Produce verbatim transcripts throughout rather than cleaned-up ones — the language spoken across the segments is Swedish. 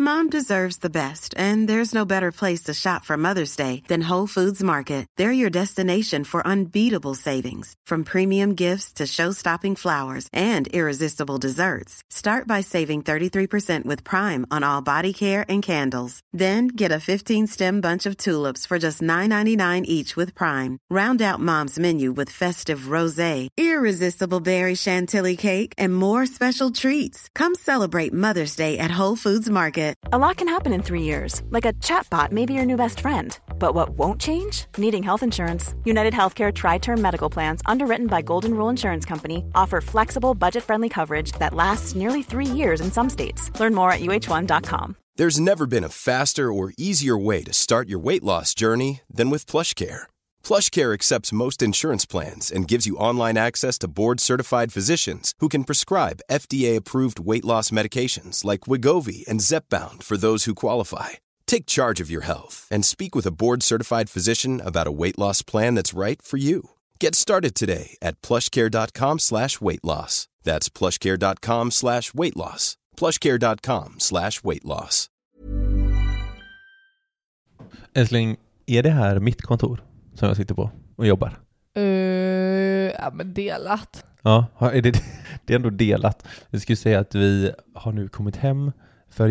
Mom deserves the best, and there's no better place to shop for Mother's Day than Whole Foods Market. They're your destination for unbeatable savings, from premium gifts to show-stopping flowers and irresistible desserts. Start by saving thirty-three percent with Prime on all body care and candles. Then get a fifteen-stem bunch of tulips for just nine ninety-nine each with Prime. Round out Mom's menu with festive rosé, irresistible berry chantilly cake, and more special treats. Come celebrate Mother's Day at Whole Foods Market. A lot can happen in three years, like a chatbot may be your new best friend. But what won't change? Needing health insurance. United Healthcare Tri-Term Medical Plans, underwritten by Golden Rule Insurance Company, offer flexible, budget-friendly coverage that lasts nearly three years in some states. Learn more at U H one dot com. There's never been a faster or easier way to start your weight loss journey than with PlushCare. PlushCare accepts most insurance plans and gives you online access to board-certified physicians who can prescribe F D A-approved weight loss medications like Wegovy and Zepbound for those who qualify. Take charge of your health and speak with a board-certified physician about a weight loss plan that's right for you. Get started today at plushcare.com slash weight loss. That's plushcare.com slash weight loss. plushcare.com slash weight loss. Älskling, är det här mitt kontor som jag sitter på och jobbar? Uh, ja, men delat. Ja, är det, det är ändå delat. Jag skulle säga att vi har nu kommit hem för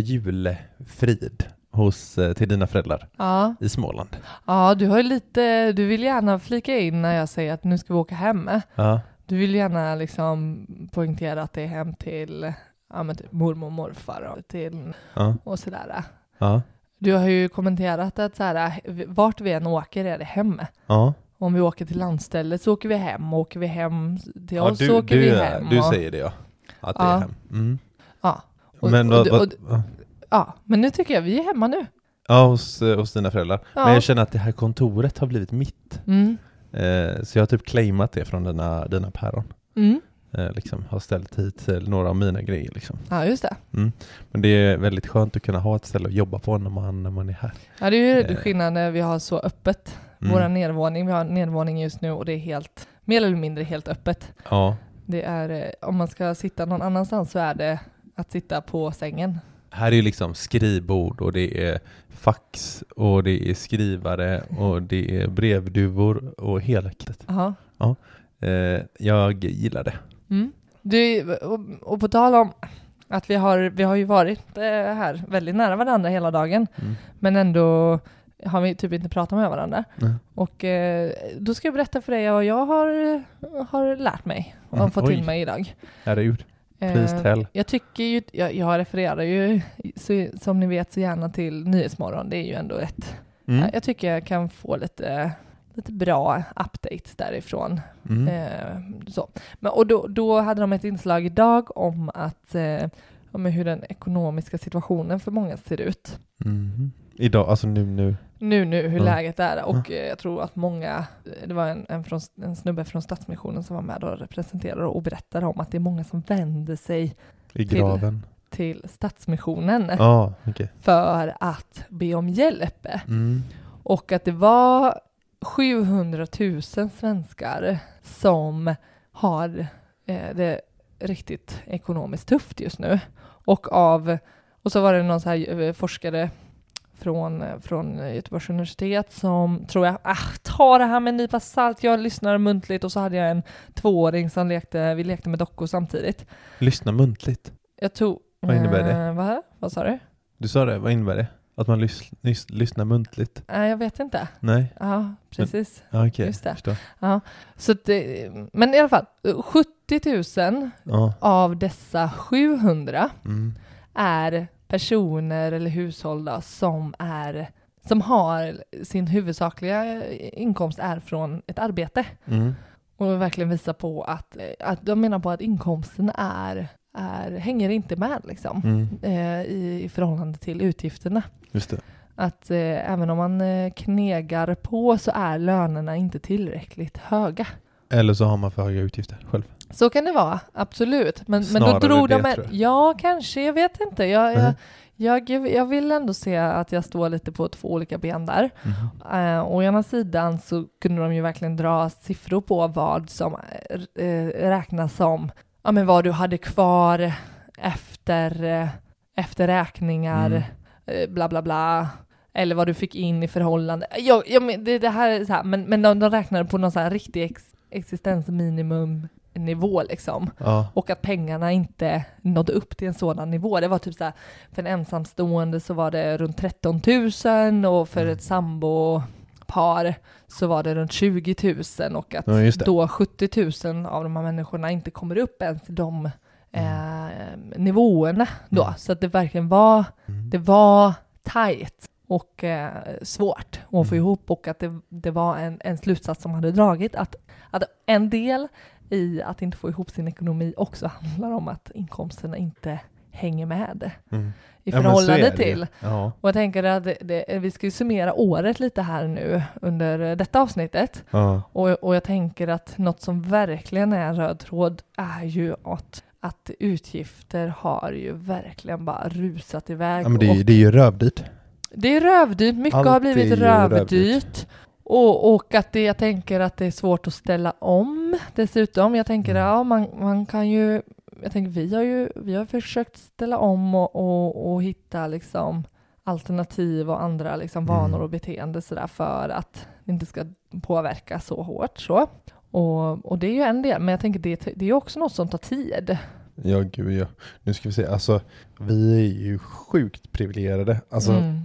julfrid hos, till dina föräldrar ja. i Småland. Ja, du har ju lite, du vill gärna flika in när jag säger att nu ska vi åka hem. Ja. Du vill gärna liksom poängtera att det är hem till ja, men typ mormor och morfar och till ja. och sådär. Ja. Du har ju kommenterat att så här, vart vi än åker är det hem. Ja. Om vi åker till landstället så åker vi hem. Åker vi hem till ja, oss du, så åker du, vi hem. Du och... säger det, ja. Att det ja. är hem. Mm. Ja. Och, men, och, vad, och, vad, och, ja, men nu tycker jag vi är hemma nu. Ja, hos, hos dina föräldrar. Ja. Men jag känner att det här kontoret har blivit mitt. Mm. Eh, så jag har typ claimat det från dina, dina päron. Mm. Eh, liksom, har ställt hit några av mina grejer. Liksom. Ja, just det. Mm. Men det är väldigt skönt att kunna ha ett ställe att jobba på när man, när man är här. Ja, det är ju eh. skillnad när vi har så öppet. Mm. Våra nedvåning. Vi har en nedvåning just nu och det är helt, mer eller mindre helt öppet. Ja. Det är, om man ska sitta någon annanstans så är det att sitta på sängen. Här är ju liksom skrivbord och det är fax och det är skrivare och det är brevduvor och hela kittet. Aha. Ja. Eh, jag gillar det. Mm. Du, och, och på tal om att vi har, vi har ju varit eh, här väldigt nära varandra hela dagen. Mm. Men ändå har vi typ inte pratat med varandra. Mm. Och eh, då ska jag berätta för dig vad jag har, har lärt mig och Mm. fått Oj. till mig idag. Herregud. Please Eh, tell. jag tycker ju, jag, jag refererar ju så, som ni vet så gärna till Nyhetsmorgon. Det är ju ändå ett, Mm. jag, jag tycker jag kan få lite, lite bra update därifrån. Mm. Eh, så. Men, och då, då hade de ett inslag idag om att eh, om hur den ekonomiska situationen för många ser ut. Mm. Idag, alltså nu, nu. Nu, nu, hur Ja. läget är. Och eh, jag tror att många, det var en, en, från, en snubbe från Stadsmissionen som var med och representerade och berättade om att det är många som vänder sig I Till- graven. till Stadsmissionen Ja, ah, okej. Okay. för att be om hjälp. Mm. Och att det var sjuhundratusen svenskar som har eh, det riktigt ekonomiskt tufft just nu. Och av och så var det någon så här eh, forskare från, från Göteborgs universitet som tror jag, ah, ta det här med en nypa salt. Jag lyssnar muntligt och så hade jag en tvååring som lekte, vi lekte med dockor samtidigt. Lyssna muntligt. Jag tog... Vad innebär det? Eh, vad, vad sa du? Du sa det, vad innebär det? Att man lys, lys, lyssnar muntligt? Nej, jag vet inte. Nej. Ja, precis. Ja, okej. Okay. Just det. Förstår. Ja. Så att det, men i alla fall, sjuttio tusen Ja. av dessa sjuhundra Mm. är personer eller hushåll då, som, är, som har sin huvudsakliga inkomst är från ett arbete. Mm. Och verkligen visar på att, att de menar på att inkomsten är, är, hänger inte med liksom, Mm. eh, i, i förhållande till utgifterna. Just det. Att eh, även om man eh, knegar på så är lönerna inte tillräckligt höga. Eller så har man för höga utgifter själv. Så kan det vara, absolut. Men, men då Snarare drog det, de en, tror jag. ja, kanske, jag vet inte. Jag, Mm. jag, jag, jag vill ändå se att jag står lite på två olika ben där. Mm. Uh, å ena sidan så kunde de ju verkligen dra siffror på vad som uh, räknas som, ja men vad du hade kvar efter, uh, efter räkningar. Mm. eh, bla bla bla. Eller vad du fick in i förhållande. Jag, jag, det, det här är så här, men, men de, de räknade på någon så här riktig ex, existensminimumnivå liksom. Ja. Och att pengarna inte nådde upp till en sådan nivå. Det var typ så här, för en ensamstående så var det runt tretton tusen och för ett sambopar så var det runt tjugo tusen och att ja, då sjuttio tusen av de här människorna inte kommer upp ens till de eh, nivåerna då. Mm. Så att det verkligen var, mm. det var tajt och eh, svårt att få mm. ihop, och att det, det var en, en slutsats som hade dragit att, att en del i att inte få ihop sin ekonomi också handlar om att inkomsterna inte hänger med mm. i förhållande ja, till. Ja. Och jag tänker att det, det, vi ska ju summera året lite här nu under detta avsnittet. Ja. Och, och jag tänker att något som verkligen är en röd tråd är ju att, att utgifter har ju verkligen bara rusat iväg. Ja, men det, är, det är ju rövdyrt. Det är rövdyrt. Mycket Allt har blivit rövdyrt. Och, och att det, jag tänker att det är svårt att ställa om dessutom. Jag tänker att ja, man, man kan ju, jag tänker vi har ju vi har försökt ställa om och, och, och hitta liksom alternativ och andra liksom vanor och beteende så där, för att det inte ska påverka så hårt så. Och, och det är ju en del, men jag tänker det, det är också något som tar tid. Ja, gud ja. Nu ska vi se, alltså vi är ju sjukt privilegierade. Alltså mm.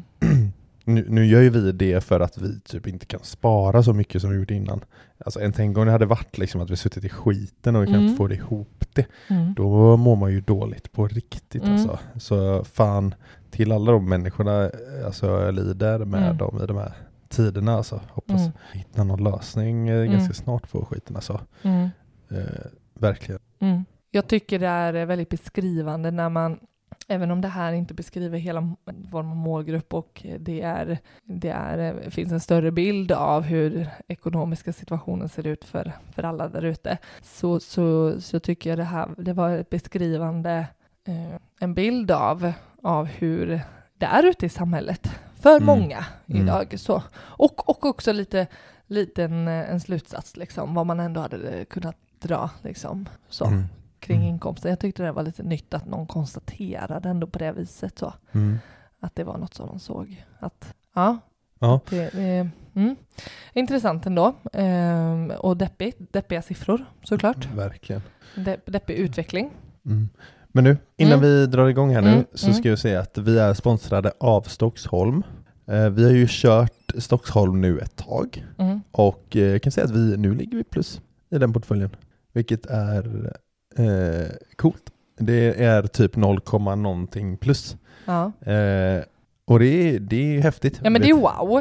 Nu, nu gör ju vi det för att vi typ inte kan spara så mycket som vi gjort innan. Alltså en tänkgång det hade varit liksom att vi suttit i skiten och vi kan mm. inte få det ihop det. Mm. Då mår man ju dåligt på riktigt mm. alltså. Så fan, till alla de människorna alltså, jag lider med mm. dem i de här tiderna. Alltså. Hoppas mm. hitta någon lösning mm. ganska snart på skiten. Alltså. Mm. Eh, verkligen. Mm. Jag tycker det är väldigt beskrivande när man, även om det här inte beskriver hela vår målgrupp och det, är, det är, finns en större bild av hur ekonomiska situationen ser ut för, för alla där ute, så, så, så tycker jag det här det var ett beskrivande eh, en bild av, av hur det är ute i samhället för mm. många idag. Mm. Så. Och, och också lite, lite en, en slutsats liksom, vad man ändå hade kunnat dra liksom, så. Mm. kring mm. inkomsten. Jag tyckte det var lite nytt att någon konstaterade ändå på det viset så. Mm. Att det var något som de såg. Att, ja. ja. Att det, det, mm. Intressant ändå. Ehm, och deppigt, deppiga siffror såklart. Verkligen. De, deppig utveckling. Mm. Men nu, innan mm. vi drar igång här nu mm. så ska jag säga att vi är sponsrade av Stockholm. Eh, vi har ju kört Stockholm nu ett tag. Mm. Och eh, jag kan säga att vi nu ligger vi plus i den portföljen. Vilket är Eh, coolt. Det är typ noll, någonting plus. Ja. Eh, och det är, det är häftigt. Ja, men det är wow.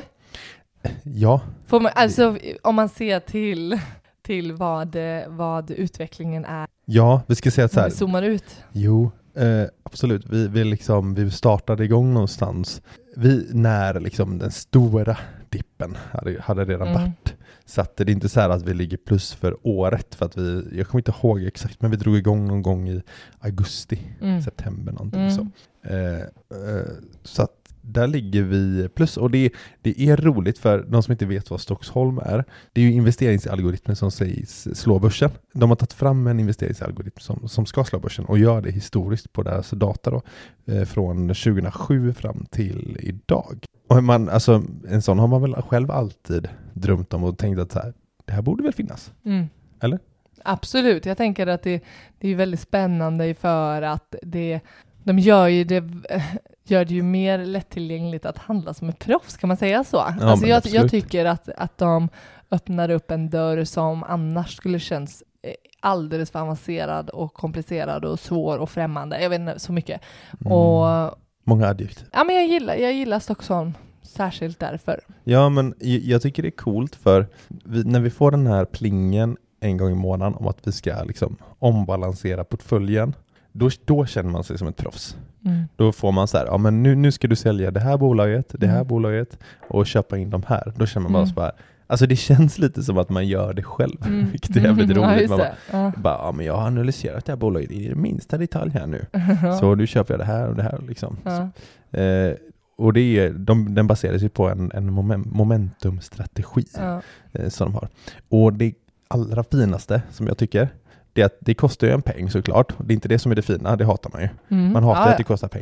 Ja. Får man, alltså, om man ser till, till vad, vad utvecklingen är. Ja, vi ska säga så här. Vi zoomar ut. Jo, eh, absolut. Vi, vi, liksom, vi startade igång någonstans. Vi, när liksom den stora dippen hade, hade redan mm. varit. Så att det är inte så här att vi ligger plus för året, för att vi, jag kommer inte ihåg exakt, men vi drog igång någon gång i augusti, mm. september någonting mm. så. Eh, eh, så att där ligger vi plus, och det, det är roligt för de som inte vet vad Stockholm är. Det är ju investeringsalgoritmer som sägs slå börsen. De har tagit fram en investeringsalgoritm som, som ska slå börsen och gör det historiskt på deras data då, eh, från tjugohundrasju fram till idag. Och man, alltså, en sån har man väl själv alltid drömt om och tänkt att så här, det här borde väl finnas. Mm. Eller? Absolut. Jag tänker att det, det är väldigt spännande för att det, de gör ju det, gör det ju mer lättillgängligt att handla som ett proffs, kan man säga så? Ja, alltså jag, jag tycker att, att de öppnar upp en dörr som annars skulle kännas alldeles för avancerad och komplicerad och svår och främmande. Jag vet inte så mycket. Mm. Och många adjektiv. Ja, men jag gillar, jag gillar Stockholm särskilt därför. Ja, men jag tycker det är coolt för vi, när vi får den här plingen en gång i månaden om att vi ska liksom ombalansera portföljen, då, då känner man sig som ett proffs. Mm. Då får man så här, ja men nu, nu ska du sälja det här bolaget, det här mm. bolaget och köpa in de här. Då känner man bara mm. så här, alltså det känns lite som att man gör det själv. Mm. Vilket är jävligt mm. roligt. Man bara, ja. bara, ja men jag har analyserat det här bolaget i det minsta detalj här nu. Ja. Så nu köper jag det här och det här liksom. Ja. Eh, och det är, de, den baseras ju på en, en moment, momentumstrategi ja. eh, som de har. Och det allra finaste som jag tycker, det är att det kostar ju en peng såklart. Det är inte det som är det fina, det hatar man ju. Mm. Man hatar ja, ja. att det kostar pengar.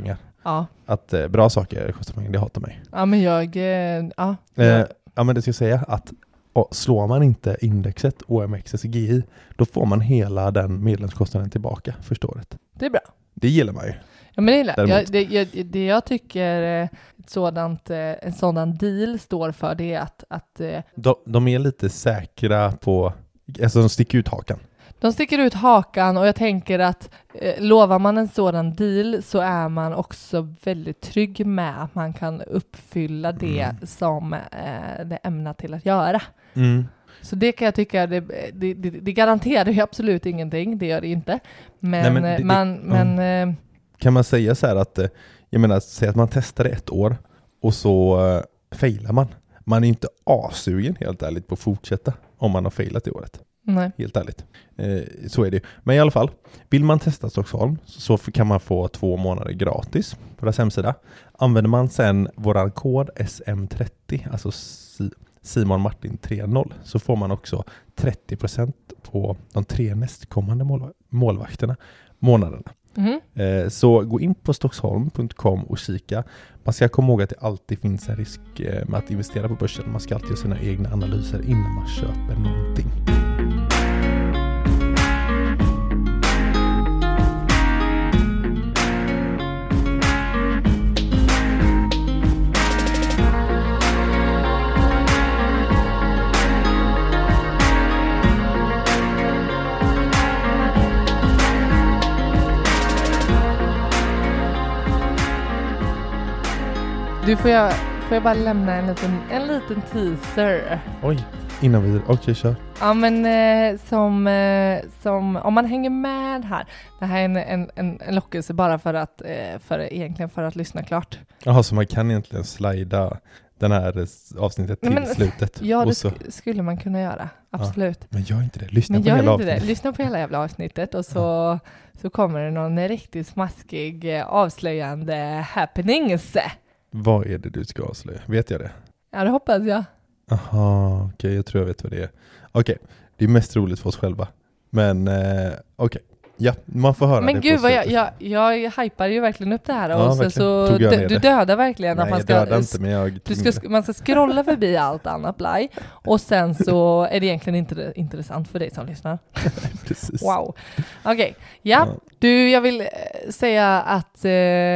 Ja. Att eh, bra saker kostar pengar, det hatar mig. Ja, men jag... Eh, ja. Eh, ja, men det ska jag säga att och slår man inte indexet O M X S G I, då får man hela den medlemskostnaden tillbaka första året. Det är bra. Det gillar man ju. Ja, men det, är Däremot- jag, det, jag, det jag tycker eh, ett sådant, eh, en sådan deal står för, det är att, att eh, De, de är lite säkra på, alltså de sticker ut hakan. de sticker ut hakan, och jag tänker att eh, lovar man en sådan deal så är man också väldigt trygg med att man kan uppfylla det Mm. som eh, det ämnar till att göra. Mm. Så det kan jag tycka, det, det, det, det garanterar ju absolut ingenting, det gör det inte. Men, Nej, men det- eh, man, det- men eh, Kan man säga så här att, eh, jag menar, säg att man testar ett år och så uh, failar man. Man är inte asugen helt ärligt på att fortsätta om man har failat i året. nej. Helt ärligt. Eh, så är det. Men i alla fall, vill man testa Stockholm så f- kan man få två månader gratis på deras hemsida. Använder man sen våran kod S M trettio, alltså si- Simon Martin trettio, så får man också trettio procent på de tre nästkommande mål- målvakterna månaderna. Mhm. Eh, så gå in på stockholm punkt com och kika. Man ska komma ihåg att det alltid finns en risk eh, med att investera på börsen. Man ska alltid göra sina egna analyser innan man köper någonting. Du, får jag, får jag bara lämna en liten, en liten teaser? Oj, innan vi... Okej, okay, kör. Ja, men eh, som, eh, som, om man hänger med här, det här är en, en, en, en lockelse bara för att, eh, för, egentligen för att lyssna klart. Jaha, så man kan egentligen slida den här s- avsnittet till Nej, men- slutet. Ja, det och så, sk- skulle man kunna göra, absolut. men gör inte det. Lyssna Men på gör hela inte det, avsnittet. lyssna på hela jävla avsnittet och så, så kommer det någon riktigt smaskig, eh, avslöjande happenings. Vad är det du ska avslöja? Vet jag det? Ja, det hoppas jag. Aha, okej, jag tror jag vet vad det är. Okej, det är mest roligt för oss själva. Men eh, okej, ja, man får höra Men det gud, på vad jag, slutet. jag, jag hypar ju verkligen upp det här. Ja, Och så, verkligen. så Tog jag dö, ner du det? dödar verkligen Nej, att man jag ska... dödar inte, men jag... Du ska, sk- man ska scrolla förbi allt annat blaj, och sen så är det egentligen inte intressant för dig som lyssnar. Precis. Wow. Okej, ja. Ja. Du, jag vill eh, säga att eh,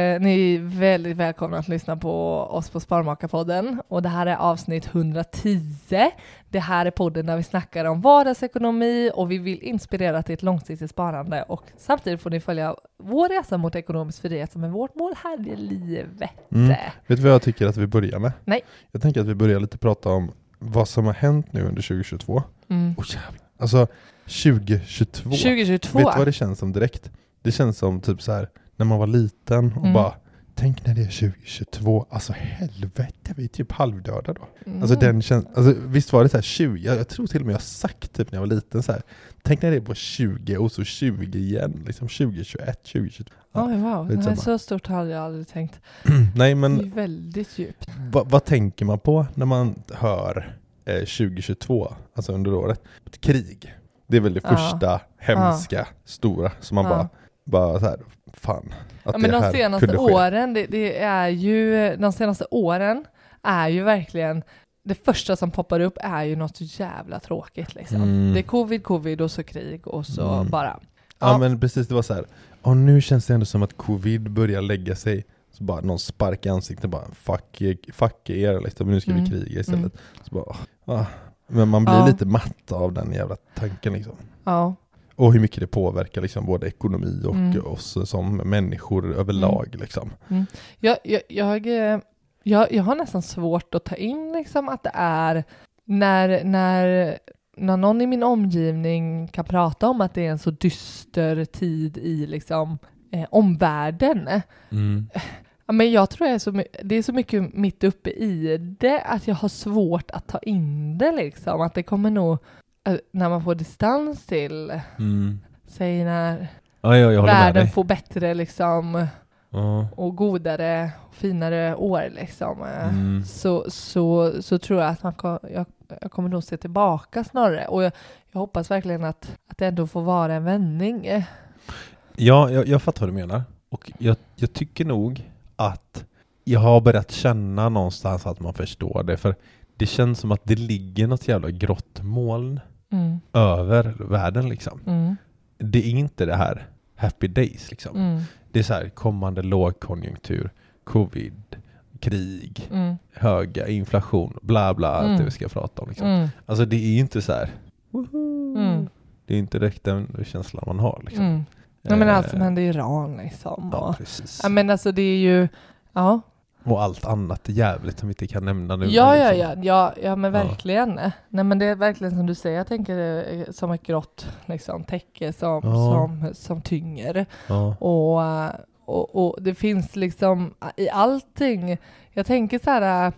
ni är väldigt välkomna att lyssna på oss på Sparmakarpodden. Och det här är avsnitt hundratio. Det här är podden där vi snackar om vardagsekonomi och vi vill inspirera till ett långsiktigt sparande. Och samtidigt får ni följa vår resa mot ekonomisk frihet som är vårt mål här i livet. Mm. Vet du vad jag tycker att vi börjar med? Nej. Jag tänker att vi börjar lite prata om vad som har hänt nu under tjugohundratjugotvå. Mm. Åh jävlar. Alltså, tjugohundratjugotvå. tjugohundratjugotvå. Vet du vad det känns som direkt? Det känns som typ så här när man var liten och Mm. bara, tänk när det är tjugohundratjugotvå. Alltså helvete, vi är typ halvdöda då. Mm. Alltså den känns, alltså visst var det så här tjugo, jag, jag tror till och med jag har sagt typ när jag var liten så här, tänk när det är på tjugo och så tjugo igen, liksom tjugo tjugoett, tjugo tjugotvå. Ja. Oj, wow. lite Det här är samma. så stort hade jag aldrig tänkt. Nej Det men är väldigt djupt. Va, vad tänker man på när man hör eh, tjugohundratjugotvå, alltså under året? Ett krig. Det är väl det Ja. första hemska, stora, som man Ja. bara, bara så här, fan. Att Ja, men det de här senaste kunde ske. åren, det, det är ju, de senaste åren är ju verkligen, det första som poppar upp är ju något så jävla tråkigt liksom. Mm. Det är covid, covid och så krig och så Mm. bara. Ja, Ja. men precis, det var så här. Och nu känns det ändå som att covid börjar lägga sig. Så bara någon spark i ansiktet, bara fuck, fuck er, liksom, nu ska Mm. vi kriga istället. Mm. Så bara, ah. Men man blir Ja. lite matt av den jävla tanken liksom. Ja. Och hur mycket det påverkar liksom, både ekonomi och Mm. oss som människor överlag. Liksom. Jag, jag, jag, eh, jag, jag har nästan svårt att ta in liksom att det är när, när, när någon i min omgivning kan prata om att det är en så dyster tid i liksom, eh, omvärlden. Mm. Ja, men jag tror det är, så, my- det är så mycket mitt uppe i det att jag har svårt att ta in det liksom. Att det kommer nog, eh, när man får distans till, Mm. säg när Ja, ja, jag håller med världen dig. får bättre liksom Ja. och godare och finare år liksom. eh, Mm. Så, så, så tror jag att man ko- jag, jag kommer nog se tillbaka snarare. Och jag, jag hoppas verkligen att, att det ändå får vara en vändning. Ja, jag, jag fattar vad du menar. Och jag, jag tycker nog att jag har börjat känna någonstans att man förstår det. För det känns som att det ligger något jävla grått moln mm. över världen liksom. Mm. Det är inte det här happy days liksom. Mm. Det är så här kommande lågkonjunktur, covid, krig, mm. höga inflation, bla bla, mm. allt det vi ska prata om liksom. Mm. Alltså det är inte så här mm. det är inte direkt den känslan man har liksom. Mm. Ja, men allt som händer i Iran liksom. Ja, och, precis. Ja, men alltså det är ju, ja. Och allt annat är jävligt som vi inte kan nämna nu. Ja, liksom. ja, ja, ja, ja, men verkligen. Ja. Nej, men det är verkligen som du säger, jag tänker det som ett grått liksom, täcke som, ja. som, som tynger. Ja. Och, och, och det finns liksom i allting, jag tänker så här,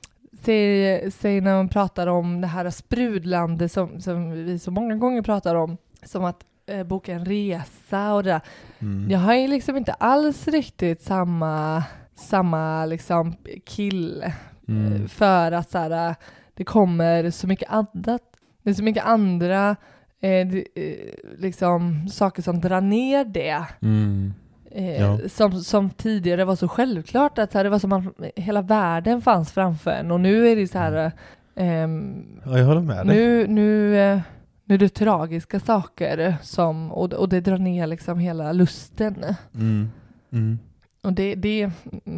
säg, säg när man pratar om det här sprudlande som, som vi så många gånger pratar om, som att eh, boka en resa och det där. Mm. Jag har ju liksom inte alls riktigt samma samma liksom kill mm. för att så här, det kommer så mycket annat, det är så mycket andra eh, det, eh, liksom saker som drar ner det mm. eh, ja. som, som tidigare var så självklart att så här, det var som att hela världen fanns framför en, och nu är det så här eh, ja, jag håller med dig. nu, nu, eh, nu är det tragiska saker som, och, och det drar ner liksom hela lusten. Mm. Mm. Och det, det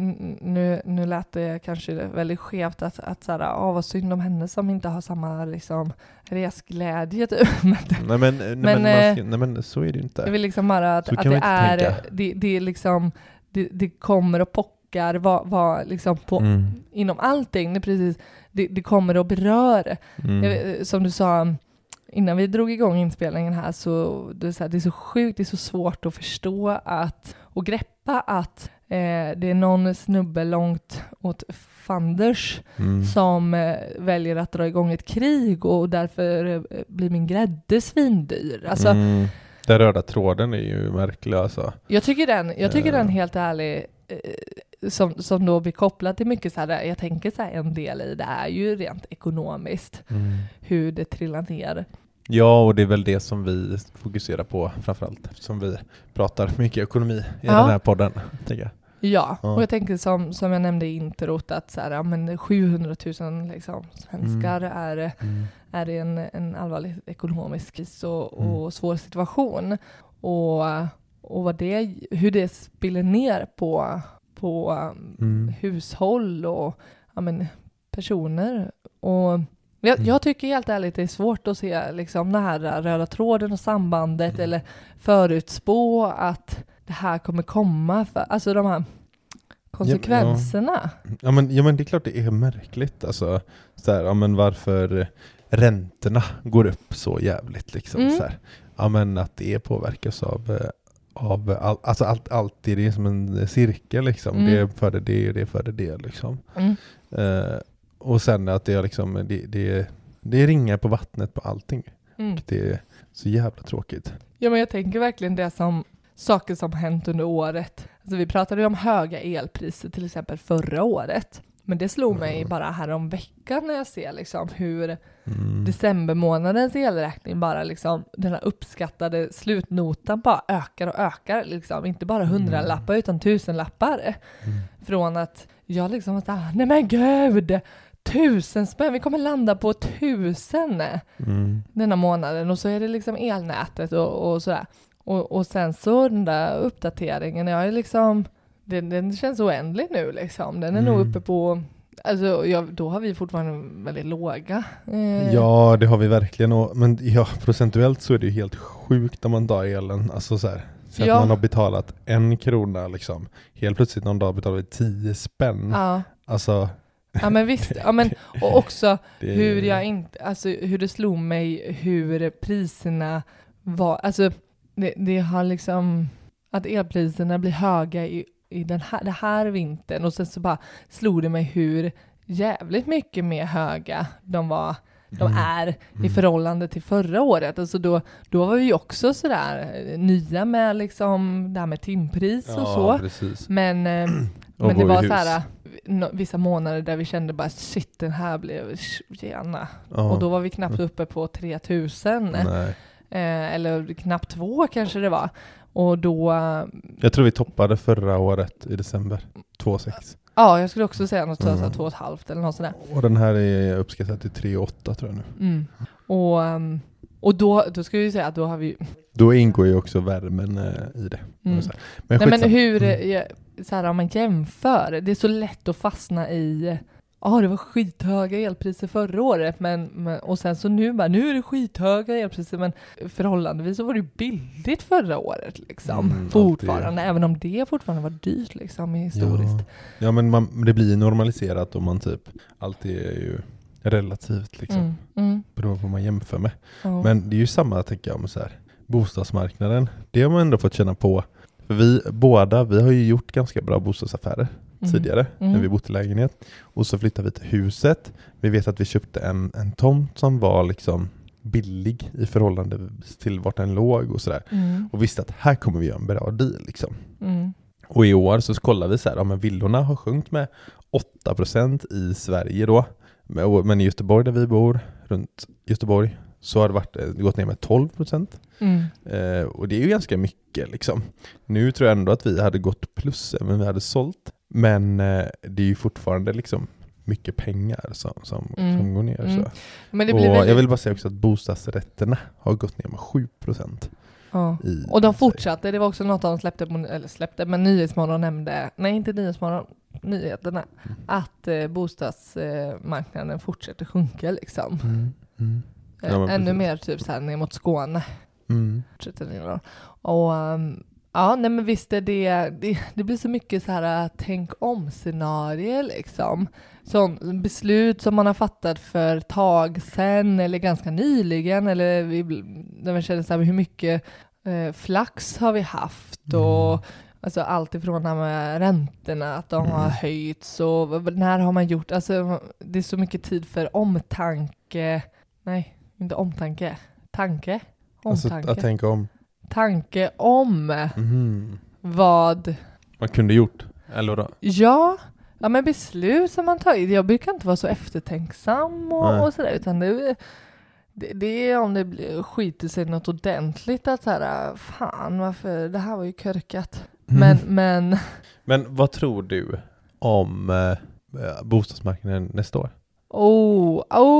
nu, nu lät det kanske väldigt skevt att, att såhär, åh vad synd om henne som inte har samma liksom resglädje typ. men, nej, men, nej, men, men, ska, nej men så är det inte. Jag vill liksom bara att, att det är det, det är liksom det, det kommer och pockar var, var liksom på, mm. inom allting. Det, precis, det, det kommer och berör. Mm. Jag, som du sa innan vi drog igång inspelningen här, så det är så, här, det är så sjukt, det är så svårt att förstå att, och greppa att eh, det är någon snubbe långt åt fanders mm. som eh, väljer att dra igång ett krig, och därför eh, blir min grädde svindyr. Alltså, mm. Den röda tråden är ju märklig alltså. Jag tycker den, jag tycker uh. den helt ärlig eh, som, som då blir kopplad till mycket så här, jag tänker så här, en del i det är ju rent ekonomiskt mm. hur det trillar ner. Ja, och det är väl det som vi fokuserar på framförallt, eftersom vi pratar mycket ekonomi i ja. den här podden, tänker jag. Ja, ja, och jag tänker som, som jag nämnde i introt att så här, ja, men sjuhundratusen liksom, svenskar mm. är, mm. är i en, en allvarlig ekonomisk kris och, och mm. svår situation. Och, och vad det, hur det spiller ner på, på mm. hushåll och ja, men, personer. Och jag, mm. jag tycker helt ärligt det är svårt att se liksom, den här röda tråden och sambandet mm. eller förutspå att det här kommer komma. För, alltså de här konsekvenserna. Ja, ja. ja, men, ja men det är klart det är märkligt. Alltså, så här, ja, men varför räntorna går upp så jävligt. Liksom, mm. så här. Ja, men att det påverkas av, av all, alltså allt, alltid det är som en cirkel. Liksom. Mm. Det är före det och det är före det. Liksom. Mm. Uh, och sen att det är, liksom, det, det, det är ringar på vattnet på allting. Mm. Det är så jävla tråkigt. Ja, men jag tänker verkligen det som saker som hänt under året. Alltså vi pratade ju om höga elpriser till exempel förra året. Men det slog mig mm. bara här om veckan när jag ser liksom hur mm. decembermånadens elräkning bara liksom, den här uppskattade slutnotan bara ökar och ökar. Liksom. Inte bara hundralappar mm. utan tusenlappar. Mm. Från att jag liksom var såhär, nej men gud, tusen spänn, vi kommer landa på tusen mm. denna månaden. Och så är det liksom elnätet och, och sådär. Och, och sen så den där uppdateringen, jag är liksom, den, den känns oändlig nu liksom. Den är mm. nog uppe på, alltså ja, då har vi fortfarande väldigt låga. Eh. Ja, det har vi verkligen. Och, men ja, procentuellt så är det ju helt sjukt om man tar elen. Alltså så här, så ja. att man har betalat en krona liksom. Helt plötsligt någon dag betalar vi tio spänn. Ja. Alltså. Ja men visst, ja, men, och också det, hur jag inte, alltså hur det slog mig hur priserna var, alltså Det, det har liksom att elpriserna blir höga i, i den här, det här vintern, och sen så bara slog det mig hur jävligt mycket mer höga de var, de mm. är i förhållande till förra året. Alltså då, då var vi också sådär nya med liksom det här med timpris och ja, så. Precis. Men, eh, men det var såhär no, vissa månader där vi kände bara shit, den här blev gärna. Ja. Och då var vi knappt uppe på tre tusen. Nej. Eh, eller knappt två kanske det var. Och då... Jag tror vi toppade förra året i december. två komma sex. Ja, jag skulle också säga något Mm. mm. två komma fem eller något sådär. Och den här är uppskattad till tre komma åtta tror jag nu. Mm. Och, um, och då, då ska vi säga att då har vi... Då ingår ju också värmen uh, i det. Mm. Så men, Nej, men skitsam. hur, Mm. jag, så här, om man jämför, det är så lätt att fastna i... Ja, ah, det var skithöga elpriser förra året, men, men, och sen så nu bara, nu är det skithöga elpriser, men förhållandevis så var det ju billigt förra året liksom, Mm, fortfarande, alltid. även om det fortfarande var dyrt liksom historiskt. Ja, ja men man, det blir normaliserat om man typ, alltid är ju relativt liksom, Mm, mm, beroende på vad man jämför med. ja. Men det är ju samma, tänker jag, med så här, bostadsmarknaden. Det har man ändå fått känna på. För vi båda, vi har ju gjort ganska bra bostadsaffärer Mm. tidigare Mm. när vi bott i lägenhet. Och så flyttade vi till huset. Vi vet att vi köpte en, en tomt som var liksom billig i förhållande till vart den låg och sådär. Mm, Och visste att här kommer vi göra en bra deal liksom. mm, Och i år så kollar vi så här, ja men villorna har sjunkit med åtta procent i Sverige då. Men i Göteborg där vi bor, runt Göteborg, så har det varit, det gått ner med tolv procent. mm, Eh, och det är ju ganska mycket liksom. Nu tror jag ändå att vi hade gått plus även om vi hade sålt. Men eh, det är ju fortfarande liksom mycket pengar som, som, Mm. som går ner. Mm. Så. Men det Och blir väldigt... jag vill bara säga också att bostadsrätterna har gått ner med sju procent. Ja. I, Och de fortsatte, det var också något de släppte, på, eller släppte, men Nyhetsmorgon nämnde, nej inte Nyhetsmorgon, nyheterna, Mm. att eh, bostadsmarknaden fortsätter sjunka liksom. Mm. Mm. Eh, Ja, men Ännu precis. mer typ så här ner mot Skåne. Mm. Fortsätter det då. Och um, ja, nej men visst är det, det, det blir så mycket så här tänk om scenarier liksom. Sån beslut som man har fattat för ett tag sedan eller ganska nyligen, eller vi, när man känner så här, hur mycket eh, flax har vi haft och Mm. alltså allt ifrån det här med räntorna, att de har Mm. höjts och vad- när har man gjort, alltså det är så mycket tid för omtanke, nej, inte omtanke, tanke, Alltså omtanke, att tänka om. tanke om Mhm. vad, Man kunde gjort. Eller då? ja, ja men beslut som man tar, jag brukar inte vara så eftertänksam och, Nej. och sådär, utan det, det, det är om det blir, skiter sig något ordentligt att så här, fan varför, det här var ju körkat. Mm. Men, men Men vad tror du om eh, bostadsmarknaden nästa år? oh,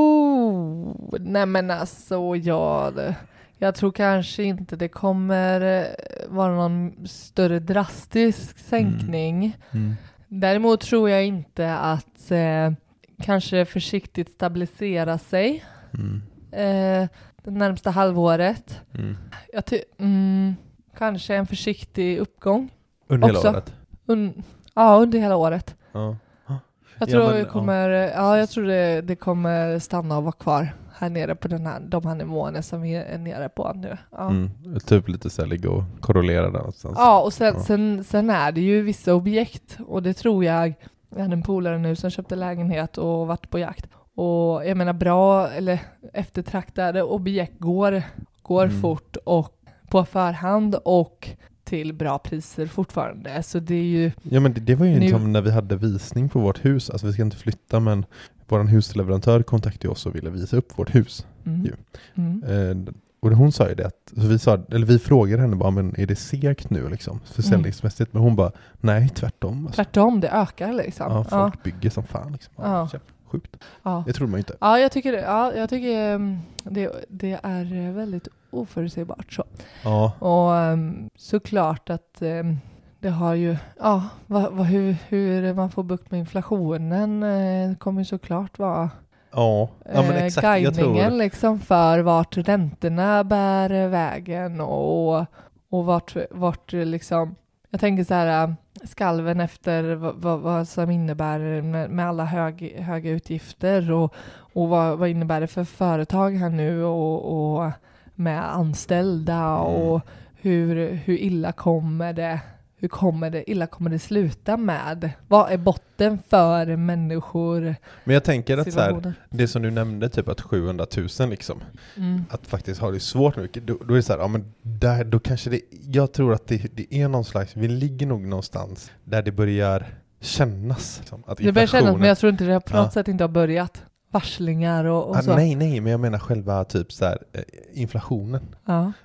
oh, nej men alltså jag, jag tror kanske inte det kommer eh, vara någon större drastisk sänkning. Mm. Däremot tror jag inte att eh, kanske försiktigt stabilisera sig Mm. eh, det närmsta halvåret. Mm. Jag ty- mm, kanske en försiktig uppgång. Under hela Också. året? Un- ja, under hela året. Ja. Jag Ja, tror, men, det, kommer, ja. jag tror det, det kommer stanna och vara kvar här nere på den här, de här nivåerna som vi är nere på nu. Ja, Mm. Typ lite så här ligga och korrelera där någonstans. ja och sen, Ja. Sen, sen är det ju vissa objekt och det tror jag, jag hade en polare nu som köpte lägenhet och varit på jakt. Och jag menar bra eller eftertraktade objekt går, går Mm. fort och på förhand och till bra priser fortfarande. Så det är ju... Ja men det, det var ju Nu- som när vi hade visning på vårt hus. Alltså vi ska inte flytta men vår husleverantör kontaktade oss och ville visa upp vårt hus. Mm. Jo. Mm. Eh, och hon sa ju det att, så vi, sa, eller vi frågade henne bara, men är det segt nu liksom försäljningsmässigt? Men hon bara, nej tvärtom. Alltså. Tvärtom, det ökar liksom. Ja, Ja, folk bygger som fan liksom. Ja, Ja. så sjukt. ja. Det trodde man ju inte. Ja, jag tycker, det, ja, jag tycker um, det, det är väldigt oförutsägbart så. Ja. Och um, såklart att um, det har ju, ja, va, va, hur, hur man får bukt med inflationen uh, kommer ju såklart vara Ja, ja men eh, exakt. Jag guidningen tror, liksom för vart räntorna bär vägen och, och vart, vart liksom, jag tänker så här, äh, skalven efter vad, vad, vad som innebär med, med alla hög, höga utgifter och, och vad, vad innebär det för företag här nu och, och med anställda Mm. och hur, hur illa kommer det hur kommer det, illa kommer det sluta med? Vad är botten för människor? men jag tänker att så här, situationer? det som du nämnde, typ att sjuhundratusen liksom, Mm. att faktiskt ha det svårt mycket, då, då är det så här, ja men där, då kanske det, jag tror att det, det är någon slags, vi ligger nog någonstans där det börjar kännas. Liksom, att Det börjar kännas, inflationen- men jag tror inte det har på något Ja. sätt inte har börjat. Varslingar och, och ah, så. nej, nej, men jag menar själva typ så här, eh, inflationen. Ja.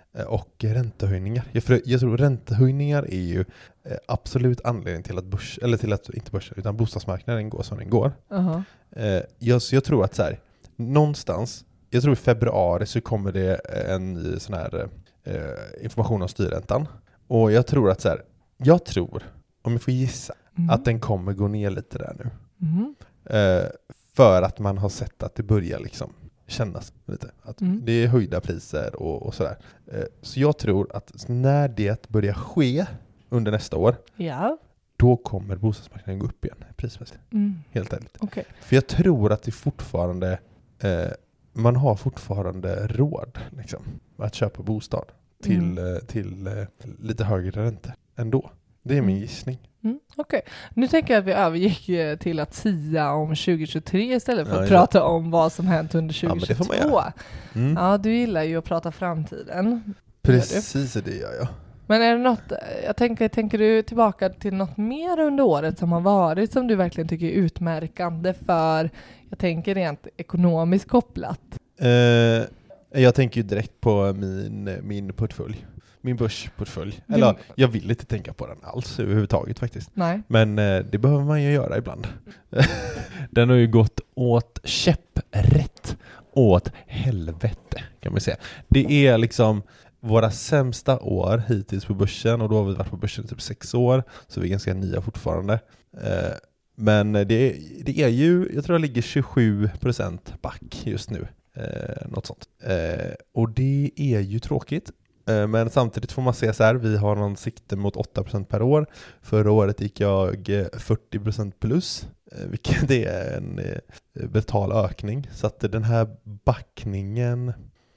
eh, och räntehöjningar. Jag, för, jag tror räntehöjningar är ju eh, absolut anledning till att börs, eller till att inte börsen utan bostadsmarknaden går som den går. Uh-huh. Eh, jag, så jag tror att så här, någonstans, jag tror i februari så kommer det en sån här eh, information om styrräntan. Och jag tror att så här, jag tror, om jag får gissa, mm. att den kommer gå ner lite där nu. Mm. Eh, för att man har sett att det börjar liksom kännas lite. Att mm. det är höjda priser och, och sådär. Eh, så jag tror att när det börjar ske under nästa år, ja. då kommer bostadsmarknaden gå upp igen prismässigt. Mm. Helt ärligt. Okay. För jag tror att det fortfarande eh, man har fortfarande råd liksom, att köpa bostad till, mm. eh, till eh, lite högre räntor ändå. Det är min mm. gissning. Mm, Okej, okay. Nu tänker jag att vi övergick till att sia om tjugohundratjugotre istället för ja, att ja. prata om vad som hänt under tjugohundratjugotvå. Ja, mm. ja, du gillar ju att prata framtiden. Precis, det gör jag. Men är det något, jag tänker, tänker du tillbaka till något mer under året som har varit som du verkligen tycker är utmärkande för, jag tänker rent ekonomiskt kopplat? Eh, jag tänker ju direkt på min, min portfölj. Min börsportfölj. Mm. Eller jag vill inte tänka på den alls överhuvudtaget faktiskt. Nej. Men eh, det behöver man ju göra ibland. Den har ju gått åt käpprätt. Åt helvete kan man säga. Det är liksom våra sämsta år hittills på börsen. Och då har vi varit på börsen i typ sex år. Så vi är ganska nya fortfarande. Eh, men det är, det är ju, jag tror det ligger tjugosju procent back just nu. Eh, något sånt. Eh, och det är ju tråkigt. Men samtidigt får man se så här, vi har någon sikte mot åtta procent per år. Förra året gick jag fyrtio procent plus, vilket är en betal ökning. Så att den här backningen,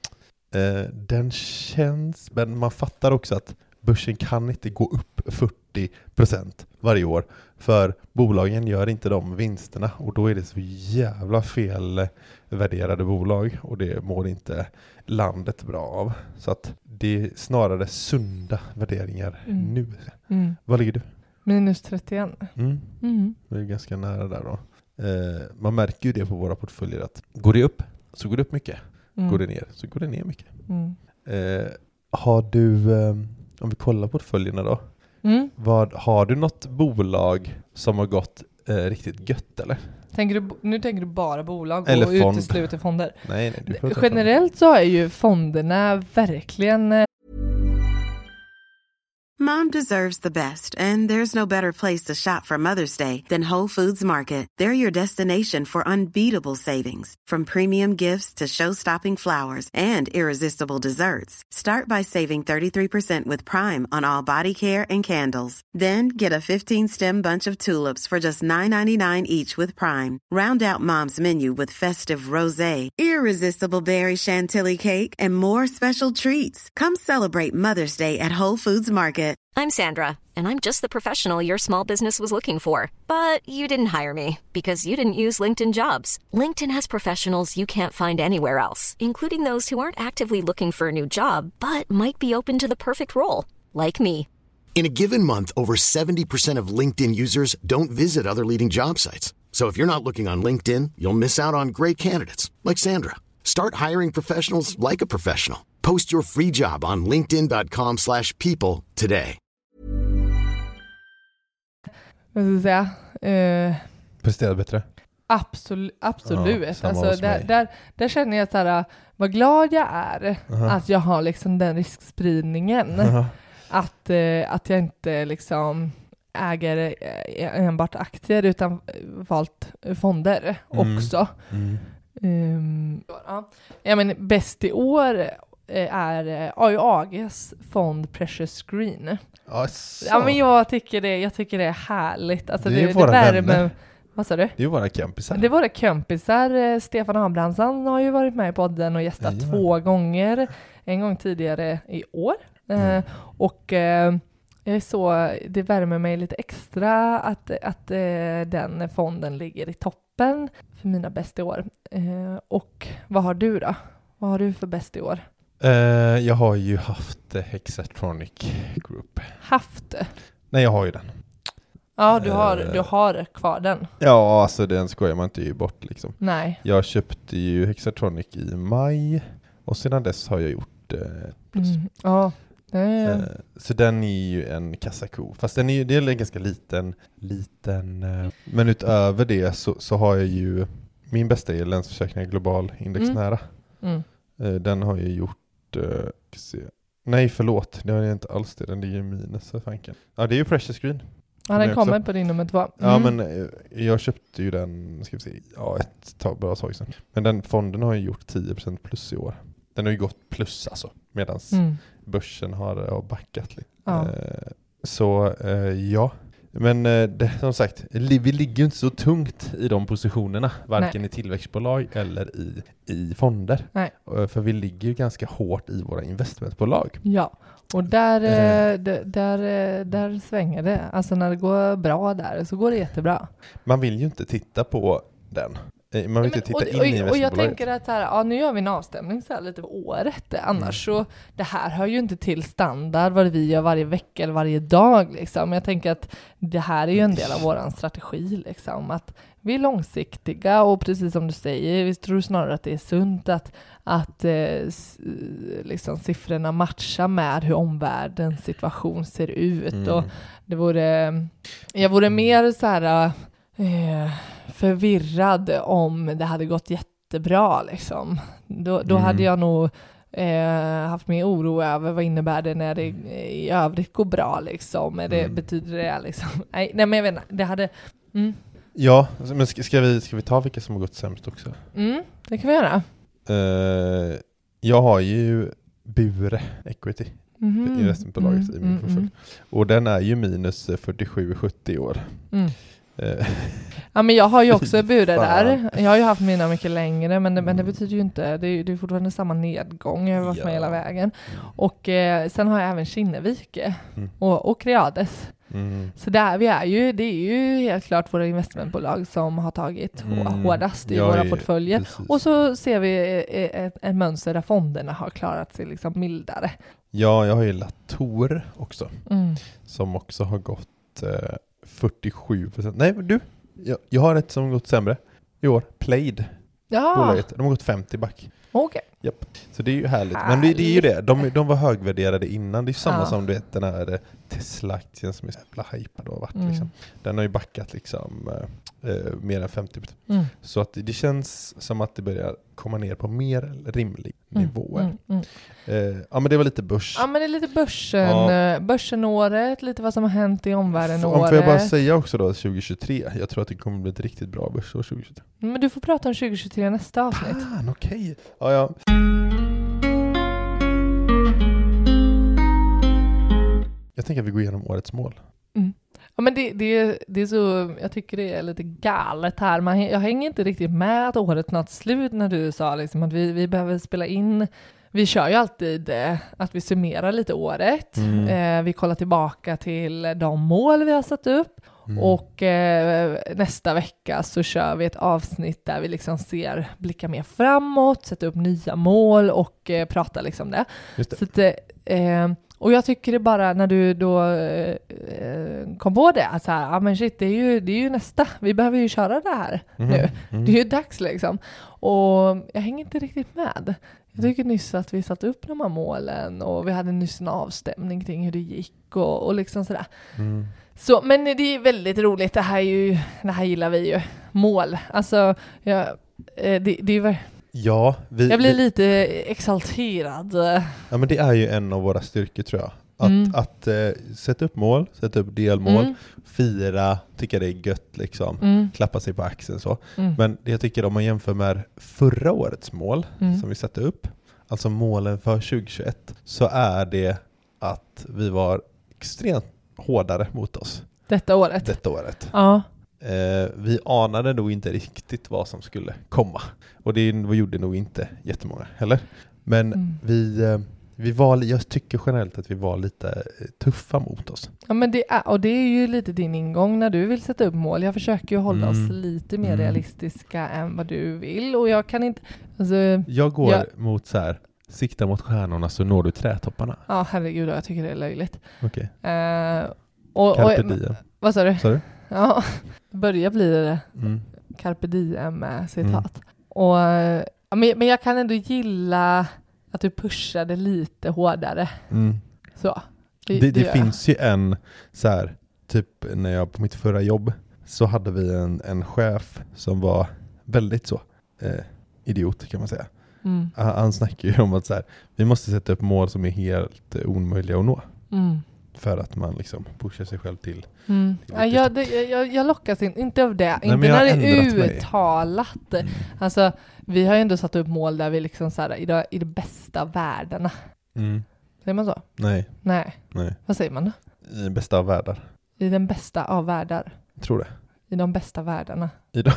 den känns, men man fattar också att börsen kan inte gå upp fyrtio procent varje år. För bolagen gör inte de vinsterna och då är det så jävla fel värderade bolag och det mår inte landet bra av. Så att det är snarare sunda värderingar mm. nu. Mm. Vad ligger du? Minus trettioen. Mm. Mm. Det är ganska nära där då. Eh, man märker ju det på våra portföljer att går det upp så går det upp mycket. Mm. Går det ner så går det ner mycket. Mm. Eh, har du, eh, om vi kollar portföljerna då. Mm. Vad, har du något bolag som har gått eh, riktigt gött eller? Tänker du, nu tänker du bara bolag eller och fond. utesluter fonder? Nej, nej, du generellt så är ju fonderna verkligen... Mom deserves the best, and there's no better place to shop for Mother's Day than Whole Foods Market. They're your destination for unbeatable savings, from premium gifts to show-stopping flowers and irresistible desserts. Start by saving thirty-three percent with Prime on all body care and candles. Then get a fifteen-stem bunch of tulips for just nine ninety-nine each with Prime. Round out Mom's menu with festive rosé, irresistible berry chantilly cake, and more special treats. Come celebrate Mother's Day at Whole Foods Market. I'm Sandra, and I'm just the professional your small business was looking for. But you didn't hire me because you didn't use LinkedIn Jobs. LinkedIn has professionals you can't find anywhere else, including those who aren't actively looking for a new job, but might be open to the perfect role, like me. In a given month, over seventy percent of LinkedIn users don't visit other leading job sites. So if you're not looking on LinkedIn, you'll miss out on great candidates, like Sandra. Start hiring professionals like a professional. Post your free job on linkedin dot com slash people today. Vad ska jag säga? Uh, Presterar bättre? Absolut. absolut. Ja, alltså, där, där, där känner jag så här, vad glad jag är uh-huh. att jag har liksom den riskspridningen. Uh-huh. Att, uh, att jag inte liksom äger enbart aktier utan valt fonder mm. också. Mm. Um, ja. Ja, men bäst i år är A U A G:s fond Precious Green. Asså. Ja, men jag tycker det, jag tycker det är härligt. Alltså det är det, våra det värmer. vänner. Vad sa du? Det är våra kompisar. Det är våra kompisar. Stefan Abrahamsson har ju varit med i podden och gästat Jajamän. två gånger. En gång tidigare i år. Mm. Eh, och eh, så det värmer mig lite extra att, att eh, den fonden ligger i toppen för mina bästa i år. Eh, och vad har du då? Vad har du för bäst i år? Uh, jag har ju haft Hexatronic Group. Haft? Nej, jag har ju den. Ja, du har, uh, du har kvar den. Ja, alltså den skojar man inte ju bort liksom. Nej. Jag köpte ju Hexatronic i maj och sedan dess har jag gjort eh, plus. Mm. Ja. Eh, så den är ju en kassako. Fast den är ju, det är en ganska liten, liten eh, men utöver det så, så har jag ju min bästa är Länsförsäkringar global indexnära. Mm. Eh, den har jag gjort eh, se. Nej förlåt, det har jag inte alls det. Den ligger i minus för fanken. Ja det är ju Precious Green. Ja, den kommer på din nummer två. Mm. Ja men eh, jag köpte ju den, ska vi se, ja ett tag, bra tag sedan. Men den fonden har ju gjort tio procent plus i år. Den har ju gått plus alltså, medans mm. börsen har backat lite. Ja. Eh, så eh, ja, men eh, det, som sagt, li- vi ligger ju inte så tungt i de positionerna, varken Nej. i tillväxtbolag eller i, i fonder. Nej. Eh, för vi ligger ju ganska hårt i våra investmentbolag. Ja, och där, eh. d- där, där svänger det. Alltså när det går bra där så går det jättebra. Man vill ju inte titta på den. Man vill inte titta och, in och, i och jag tänker att här, ja, nu gör vi en avstämning så här lite för året. Annars mm. så, det här hör ju inte till standard vad vi gör varje vecka eller varje dag. Liksom. Jag tänker att det här är ju en del av vår strategi. Liksom. Att vi är långsiktiga och precis som du säger, vi tror snarare att det är sunt att, att eh, liksom, siffrorna matchar med hur omvärldens situation ser ut. Mm. Och det vore, jag vore mer så här... Eh, förvirrad om det hade gått jättebra liksom. Då, då mm. hade jag nog eh, haft mer oro över vad innebär det när det i övrigt går bra liksom. Är det, mm. Betyder det liksom? Nej, nej men jag vet inte. Det hade... Mm. Ja, men ska, ska, vi, ska vi ta vilka som har gått sämst också? Mm, det kan vi göra. Uh, jag har ju Bure Equity. Mm. Investmentbolaget mm. i min portfölj. Mm. Och den är ju minus fyrtiosju sjuttio år. Mm. Ja men jag har ju också Bure där. Jag har ju haft mina mycket längre men det, men det betyder ju inte, det är, det är fortfarande samma nedgång. Jag har varit ja. med hela vägen. Och eh, sen har jag även Kinnevik mm. och, och Creades. Mm. Så där vi är ju, det är ju helt klart våra investmentbolag som har tagit mm. hårdast i ja, våra portföljer. Precis. Och så ser vi ett, ett mönster där fonderna har klarat sig liksom mildare. Ja, jag har ju Latour också. Mm. Som också har gått eh, fyrtiosju procent. Nej, du. Jag, jag har ett som gått sämre i år. Played. Ja. Bolaget. De har gått femtio back. Okej. Okay. Japp. Så det är ju härligt. härligt. Men det, det är ju det. De, de var högvärderade innan. Det är samma ja. som du vet, den här Tesla-aktien som är så jävla hypad och varit. Mm. Liksom. Den har ju backat liksom eh, mer än femtio procent. Mm. Så att det känns som att det börjar komma ner på mer rimlig mm. nivåer. Mm. Mm. Eh, ja men det var lite börs. Ja men det är lite börsen. Ja. Börsenåret, lite vad som har hänt i omvärlden F- året. Får jag bara säga också då tjugohundratjugotre. Jag tror att det kommer bli ett riktigt bra börsår tjugohundratjugotre. Men du får prata om tjugohundratjugotre nästa avsnitt. Ah, okej. Okay. Ja, ja. Jag tänker att vi går igenom årets mål. Mm. Ja, men det, det, det är så, jag tycker det är lite galet här. Man, jag hänger inte riktigt med att året nått slut när du sa liksom att vi, vi behöver spela in. Vi kör ju alltid eh, att vi summerar lite året. Mm. Eh, vi kollar tillbaka till de mål vi har satt upp. Mm. Och eh, nästa vecka så kör vi ett avsnitt där vi liksom ser, blickar mer framåt, sätter upp nya mål och eh, pratar liksom det. Just det. Så att, eh, och jag tycker det bara när du då eh, kom på det att så här, ah, men shit, det är, ju, det är ju nästa. Vi behöver ju köra det här mm. nu. Mm. Det är ju dags liksom. Och jag hänger inte riktigt med. Jag tycker nyss att vi satte upp de här målen och vi hade nyss en avstämning kring hur det gick och, och liksom sådär. Mm. Så, men det är väldigt roligt. Det här, är ju, det här gillar vi ju. Mål. Alltså, jag, det, det är ju... Ja, vi, jag blir vi, lite exalterad. Ja, men det är ju en av våra styrkor tror jag. Att, mm. att uh, sätta upp mål, sätta upp delmål, mm. fira, tycka det är gött liksom, mm. klappa sig på axeln så. Mm. Men det jag tycker om man jämför med förra årets mål mm. som vi satte upp, alltså målen för tjugohundratjugoett, så är det att vi var extremt hårdare mot oss. Detta året? Detta året. Ja. Eh, vi anade nog inte riktigt vad som skulle komma. Och det gjorde nog inte jättemånga heller. Men mm. vi, eh, vi var, jag tycker generellt att vi var lite tuffa mot oss. Ja, men det är, och det är ju lite din ingång när du vill sätta upp mål. Jag försöker ju hålla mm. oss lite mer mm. realistiska än vad du vill. Och jag kan inte... Alltså, jag går jag, mot så här, sikta mot stjärnorna så når du trätopparna. Ja, herregud, jag tycker det är löjligt. Okej. Okay. Uh, och, Carpe diem. Vad sa du? Sa du? Ja, börjar bli det. Mm. Carpe diem citat. Mm. Och, men, men jag kan ändå gilla att du pushade lite hårdare. Mm. Så. Det, det, det finns ju en så här, typ när jag på mitt förra jobb så hade vi en, en chef som var väldigt så eh, idiot kan man säga. Mm. Han, han snackar ju om att så här, vi måste sätta upp mål som är helt eh, omöjliga att nå. Mm. För att man liksom pushar sig själv till. Mm. till ja, jag, det, jag, jag lockas in, inte av det. Nej, inte när det är mig. uttalat. Mm. Alltså, vi har ju ändå satt upp mål där vi liksom så här, i, det, i det bästa av världarna. Mm. Säger man så? Nej. Nej. Nej. Vad säger man då? I den bästa av världar. I den bästa av världar. Jag tror det. I de bästa världarna. I, de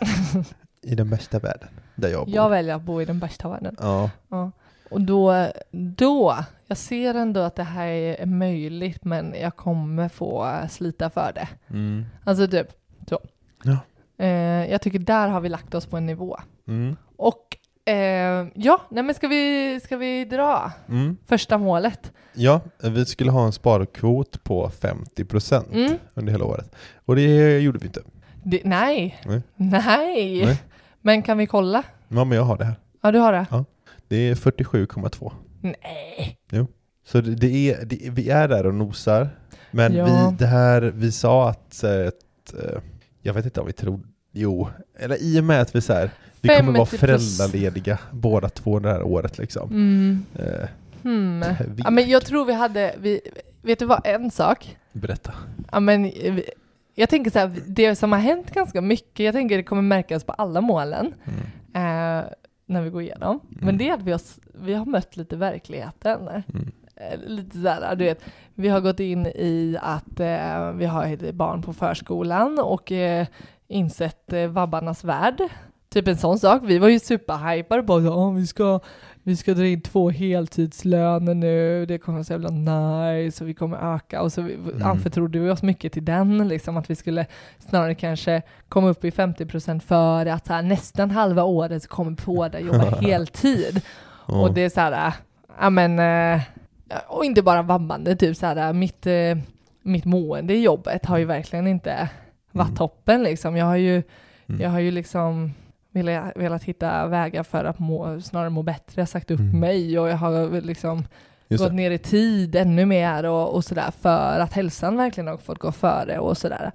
I den bästa världen. Där jag bor. Jag väljer att bo i den bästa världen. Ja. Ja. Och då, då, jag ser ändå att det här är möjligt, men jag kommer få slita för det. Mm. Alltså typ så. Ja. Eh, jag tycker där har vi lagt oss på en nivå. Mm. Och eh, ja, nej men ska vi, ska vi dra Mm. första målet? Ja, vi skulle ha en sparkvot på femtio procent Mm. under hela året. Och det gjorde vi inte. Det, nej. Nej. nej, Nej. Men kan vi kolla? Ja, men jag har det här. Ja, du har det? Ja. Det är fyrtiosju komma två. Nej. Jo. Så det, det är, det, vi är där och nosar. Men Ja. vi, det här, vi sa att, ett, jag vet inte om vi tror, jo, eller i och med att vi så här, vi kommer vara femtio procent föräldralediga båda två det här året liksom. Mm. Eh, Hmm. vi, Ja, men jag tror vi hade, vi, vet du vad, en sak? Berätta. Ja, men vi, jag tänker så här, det som har hänt ganska mycket, jag tänker det kommer märkas på alla målen Mm. eh, när vi går igenom. Mm. Men det är att vi har, vi har mött lite verkligheten. Mm. Eh, lite sådär, du vet, vi har gått in i att eh, vi har ett barn på förskolan och eh, insett eh, vabbarnas värld. Typ en sån sak. Vi var ju superhypade på att oh, vi ska vi ska dra in två heltidslöner nu. Det kommer så jävla nice och vi kommer öka. Och så vi, Mm. anförtrodde vi oss mycket till den. Liksom, att vi skulle snarare kanske komma upp i femtio procent för att så här, nästan halva året så kommer båda jobba heltid. Ja. Och det är så här, ja men, äh, och inte bara vabbande, typ så här, mitt, äh, mitt mående i jobbet har ju verkligen inte varit Mm. toppen liksom. Jag har ju, Mm. jag har ju liksom velat, velat hitta vägar för att må, snarare må bättre. Jag har sagt upp Mm. mig och jag har liksom Just gått det. ner i tid ännu mer och, och sådär för att hälsan verkligen har fått gå före och sådär.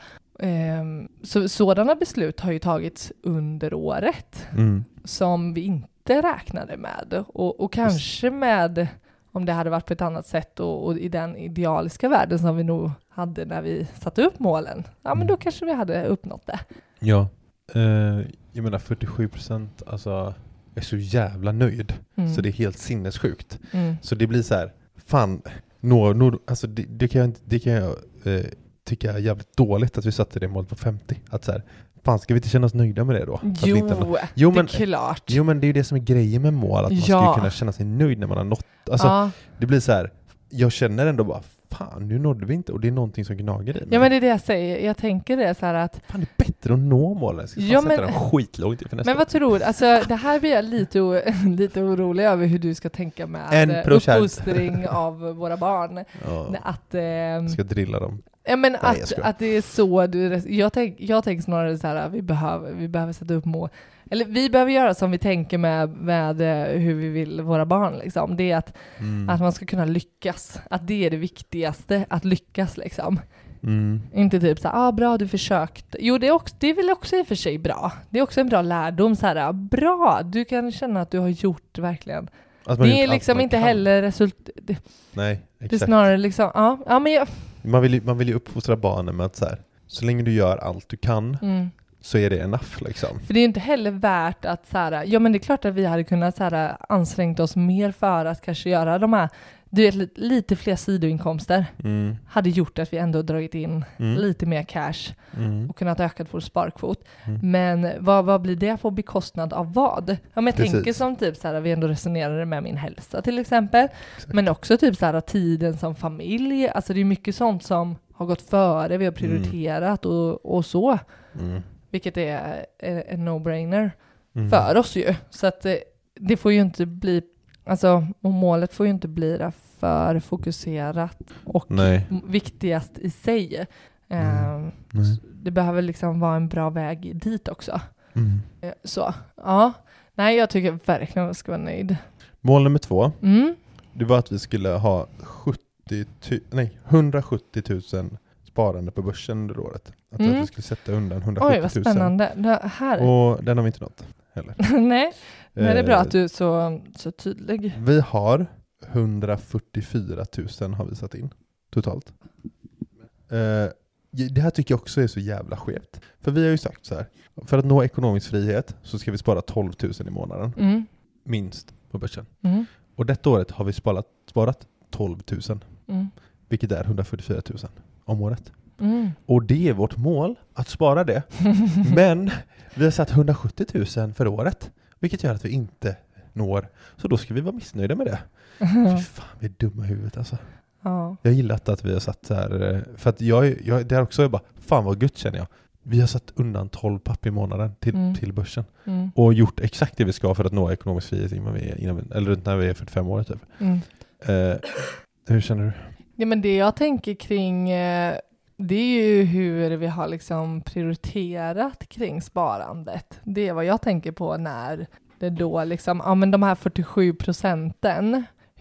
Um, så sådana beslut har ju tagits under året Mm. som vi inte räknade med. Och, och kanske med, om det hade varit på ett annat sätt och, och i den idealiska världen som vi nog hade när vi satte upp målen, ja men då kanske vi hade uppnått det. Ja. Eh, jag menar fyrtiosju procent, alltså jag är så jävla nöjd. Mm. Så det är helt sinnessjukt. Mm. Så det blir så här, fan, nå, nå, alltså det, det kan jag, inte- det kan jag eh, tycka är jävligt dåligt att vi satte det målet på femtio. Att så här, fan ska vi inte känna oss nöjda med det då? Att vi Jo, inte har- jo, men, det är klart. jo men det är ju det som är grejen med mål, att man Ja. ska kunna känna sig nöjd när man har nått. Alltså ja. det blir så här, jag känner ändå bara, fan nu nådde vi inte, och det är någonting som gnager i mig. ja, men det är det jag säger. Jag tänker det så här att, Fan, det är bättre att nå målen. Jag ska fan Ja, sätta men- den skitlångt inför nästa men år. vad tror du? Alltså, det här blir jag lite, o- lite orolig över hur du ska tänka med En eh, procent. uppfostring av våra barn. Ja, Att, ehm, ska drilla dem. ja, men jag att, skojar. att det är så du, jag tänk, jag tänker snarare så här, vi behöver, vi behöver sätta upp mål. Eller vi behöver göra som vi tänker med, med eh, hur vi vill våra barn. Liksom. Det är att, Mm. att man ska kunna lyckas. Att det är det viktigaste, att lyckas liksom. Mm. Inte typ så här, ah, bra du försökt. Jo, det är, också, det är väl också i och för sig bra. Det är också en bra lärdom. Så här, ah, bra, du kan känna att du har gjort verkligen. Att man Det gjort är allt liksom man inte kan. heller resultat. Det, Nej, det är exakt. snarare liksom, ja, ja men jag, Man vill, ju, man vill ju uppfostra barnen med att så här, så länge du gör allt du kan mm. så är det enough liksom. För det är inte heller värt att så här, ja men det är klart att vi hade kunnat så här, ansträngt oss mer för att kanske göra de här, du vet, li- lite fler sidoinkomster Mm. hade gjort att vi ändå dragit in Mm. lite mer cash Mm. och kunnat öka vår sparkvot. Mm. Men vad, vad blir det på bekostnad av vad? Ja, men jag Precis. tänker som typ så här, vi ändå resonerade med min hälsa till exempel. Exakt. Men också typ så här, tiden som familj. Alltså det är mycket sånt som har gått före, vi har prioriterat och, och så. Mm. Vilket är en, en no-brainer Mm. för oss ju. Så att det, det får ju inte bli, alltså och målet får ju inte bli för fokuserat och Nej. m- viktigast i sig. Mm. Ehm, Nej. Det behöver liksom vara en bra väg dit också. Mm. Eh, Så, ja. Nej, jag tycker verkligen att jag ska vara nöjd. Mål nummer två. Mm. Det var att vi skulle ha sjuttio, nej, hundrasjuttio tusen sparande på börsen under året. Att, Mm. att vi skulle sätta undan hundrasjuttio tusen. Oj, vad spännande. Det här... Och den har vi inte nått heller. Nej, men det är bra Eh, att du är så, så tydlig. Vi har hundrafyrtiofyra tusen har vi satt in totalt. Eh, det här tycker jag också är så jävla skevt. För vi har ju sagt så här. För att nå ekonomisk frihet så ska vi spara tolv tusen i månaden. Mm. Minst på börsen. Mm. Och detta året har vi sparat, sparat tolv tusen. Mm. Vilket är hundrafyrtiofyra tusen om året. Mm. Och det är vårt mål att spara det. Men vi har satt hundrasjuttio tusen för året. Vilket gör att vi inte når. Så då ska vi vara missnöjda med det. Fy fan, vi är dumma i huvudet alltså. Ja. Jag gillar att vi har satt så här. För att jag, jag det är också jag bara, fan vad gött känner jag. Vi har satt undan tolv papp i månaden till, Mm. till börsen. Mm. Och gjort exakt det vi ska för att nå ekonomisk frihet innan vi är, innan vi, eller runt när vi är fyrtiofem år typ. Mm. Eh, hur känner du? Ja, men det jag tänker kring eh, det är ju hur vi har liksom prioriterat kring sparandet. Det är vad jag tänker på när det då liksom, ja men de här fyrtiosju procenten,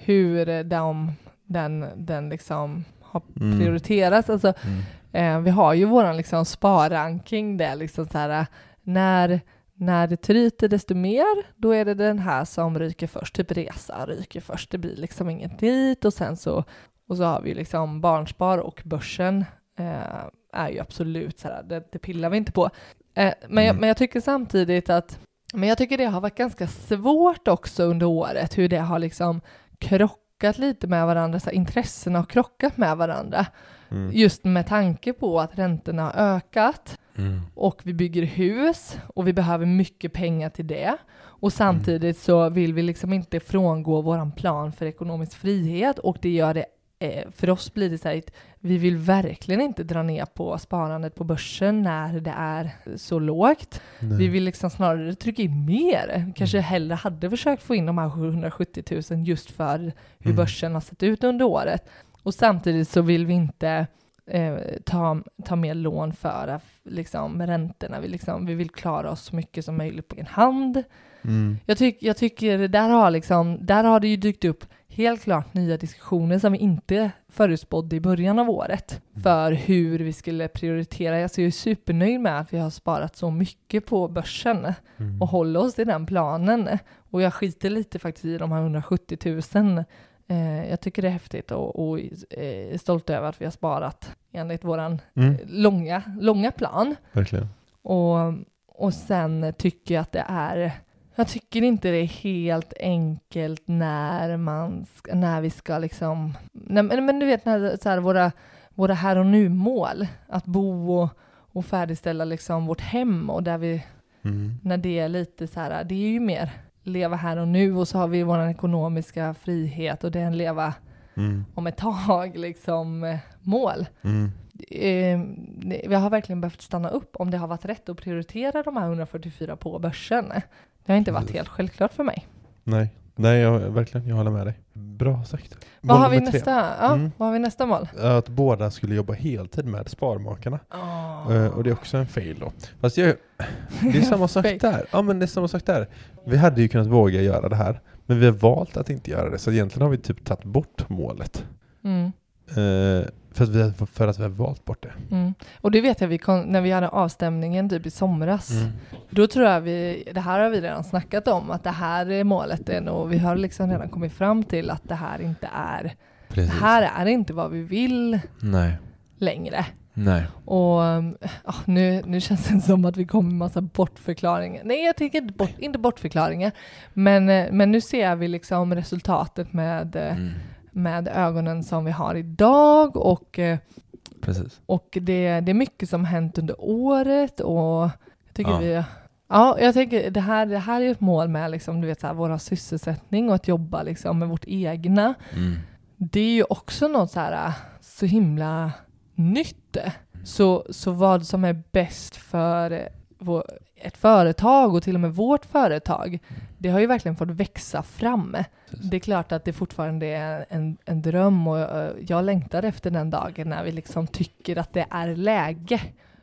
hur de, den, den liksom har Mm. prioriterats. Alltså, Mm. eh, vi har ju våran liksom sparranking där liksom så här, när När det tryter desto mer, då är det den här som ryker först. Typ resa ryker först. Det blir liksom inget dit. Och sen så, och så har vi liksom barnspar och börsen. Eh, är ju absolut så här, det, det pillar vi inte på. Eh, men, jag, Mm. men jag tycker samtidigt att, men jag tycker det har varit ganska svårt också under året. Hur det har liksom krockat lite med varandra. Så här, intressena har krockat med varandra. Mm. Just med tanke på att räntorna har ökat. Mm. Och vi bygger hus och vi behöver mycket pengar till det. Och samtidigt så vill vi liksom inte frångå våran plan för ekonomisk frihet. Och det gör det, eh, för oss blir det så här, vi vill verkligen inte dra ner på sparandet på börsen när det är så lågt. Nej. Vi vill liksom snarare trycka in mer. Kanske hellre hade försökt få in de här sjuhundrasjuttio tusen just för hur Mm. börsen har sett ut under året. Och samtidigt så vill vi inte Eh, ta, ta mer lån för att, liksom, räntorna. Vi, liksom, vi vill klara oss så mycket som möjligt på en hand. Mm. Jag, tyck, jag tycker där har, liksom, där har det ju dykt upp helt klart nya diskussioner som vi inte förutspådde i början av året. För hur vi skulle prioritera. Jag är supernöjd med att vi har sparat så mycket på börsen. Mm. Och håller oss till den planen. Och jag skiter lite faktiskt i de här hundrasjuttio tusen. Eh, jag tycker det är häftigt och, och är stolt över att vi har sparat enligt våran Mm. långa, långa plan. Verkligen. Och, och sen tycker jag att det är, jag tycker inte det är helt enkelt när man ska, när vi ska liksom, nej, men, men du vet när så här, våra, våra här och nu mål, att bo och, och färdigställa liksom vårt hem och där vi, Mm. när det är lite så här, det är ju mer leva här och nu och så har vi vår ekonomiska frihet och det är en leva Mm. om ett tag liksom eh, mål. Mm. Eh, vi har verkligen behövt stanna upp om det har varit rätt att prioritera de här hundrafyrtiofyra på börsen. Det har inte varit helt självklart för mig. Nej, Nej jag, verkligen, jag håller med dig. Bra sagt. Vad Mål har, vi nummer tre. nästa, ja, Mm. vad har vi nästa mål? Att båda skulle jobba heltid med Sparmakarna. Oh. Eh, och det är också en fail då. Fast jag, det är samma sak Fail. där. Ja, men det är samma sak där. Vi hade ju kunnat våga göra det här. Men vi har valt att inte göra det. Så egentligen har vi typ tagit bort målet. Mm. Eh, för, att vi, har- för att vi har valt bort det. Mm. Och det vet jag vi kom, när vi hade avstämningen typ i somras. Mm. Då tror jag vi, det här har vi redan snackat om, att det här är målet än, och vi har liksom redan kommit fram till att det här inte är, Precis. det här är inte vad vi vill Nej. längre. Nej. Och ja, nu, nu känns det som att vi kommer med massa bortförklaringar. Nej, jag tänker inte, bort, inte bortförklaringar. Men, men nu ser vi liksom resultatet med, Mm. med ögonen som vi har idag. Och, Precis. och det, det är mycket som hänt under året. Och jag tycker Ja. vi... Ja, jag tänker det här, det här är ett mål med liksom, du vet, så här, våra sysselsättning och att jobba liksom, med vårt egna. Mm. Det är ju också något så här så himla nytt. Så, så vad som är bäst för vår, ett företag och till och med vårt företag, det har ju verkligen fått växa fram. Det är klart att det fortfarande är en, en dröm och jag längtar efter den dagen när vi liksom tycker att det är läge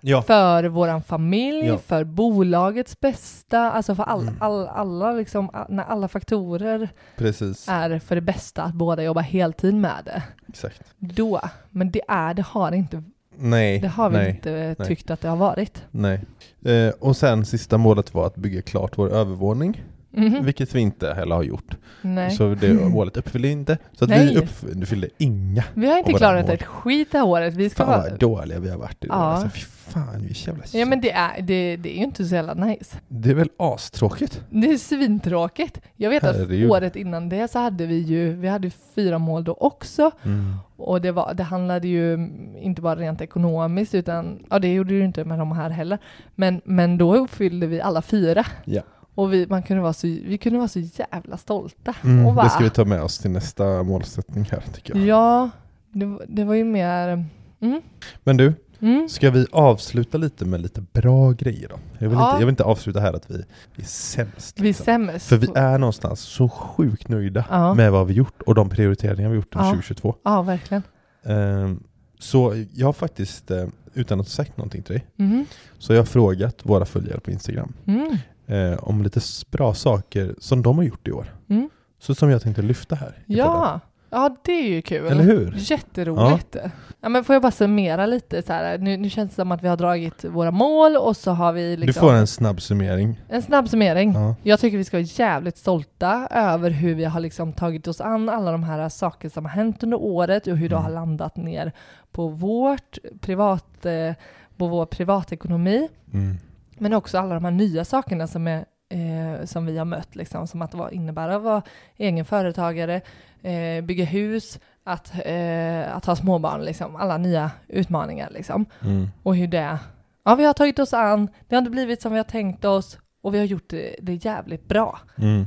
Ja. För våran familj, Ja. för bolagets bästa, alltså för all, Mm. all, alla, liksom, när alla faktorer Precis. är för det bästa att båda jobbar heltid med det. Exakt. Då, men det är, det har inte, Nej. det har vi nej, inte nej. tyckt att det har varit. Nej. Eh, och sen sista målet var att bygga klart vår övervåning. Mhm. Vilket vi inte heller har gjort. Nej. Så det målet uppfyllde inte. Så att Nej. vi uppfyllde inga. Vi har inte Och våra klarat mål. ett skit det här året. Vi ska Fan vara... vad dåliga vi har varit idag. Ja. Alltså, fy fan, vi är jävla Ja, men det är, det, det är ju inte så jävla nice. Det är väl astråkigt. Det är svintråkigt. Jag vet att Herregud. året innan det så hade vi ju, vi hade fyra mål då också. Mm. Och det, var, det handlade ju inte bara rent ekonomiskt utan, ja det gjorde ju inte med de här heller. Men, men då uppfyllde vi alla fyra. Ja. Och vi, man kunde vara så, vi kunde vara så jävla stolta. Mm, och bara, det ska vi ta med oss till nästa målsättning här tycker jag. Ja, det, var- det var ju mer... Mm, Men du, mm. ska vi avsluta lite med lite bra grejer då? Jag vill, Ja. inte, jag vill inte avsluta här att vi är sämst. Vi är liksom. sämst. För vi är någonstans så sjukt nöjda Ja. med vad vi gjort och de prioriteringar vi gjort under Ja. tjugohundratjugotvå. Ja, verkligen. Ehm, så jag har faktiskt, eh, utan att ha sagt någonting till dig, Mhm. så jag har frågat våra följare på Instagram Mm. eh, om lite s- bra saker som de har gjort i år. Mm. Så som jag tänkte lyfta här. i podden. Ja. Ja, det är ju kul. Eller hur? Jätteroligt. Ja. Ja, men får jag bara summera lite så här. Nu, nu känns det som att vi har dragit våra mål och så har vi liksom Du får en snabb summering. en snabb summering. Ja. Jag tycker vi ska vara jävligt stolta över hur vi har liksom tagit oss an alla de här saker som har hänt under året och hur det Mm. har landat ner på vårt privat, eh, på vår privatekonomi. Mm. Men också alla de här nya sakerna som, är, eh, som vi har mött, liksom, som att vara, innebära att vara egen företagare, eh, bygga hus, att, eh, att ha småbarn, liksom, alla nya utmaningar. Liksom. Mm. Och hur det, ja vi har tagit oss an, det har inte blivit som vi har tänkt oss och vi har gjort det, det jävligt bra. Mm.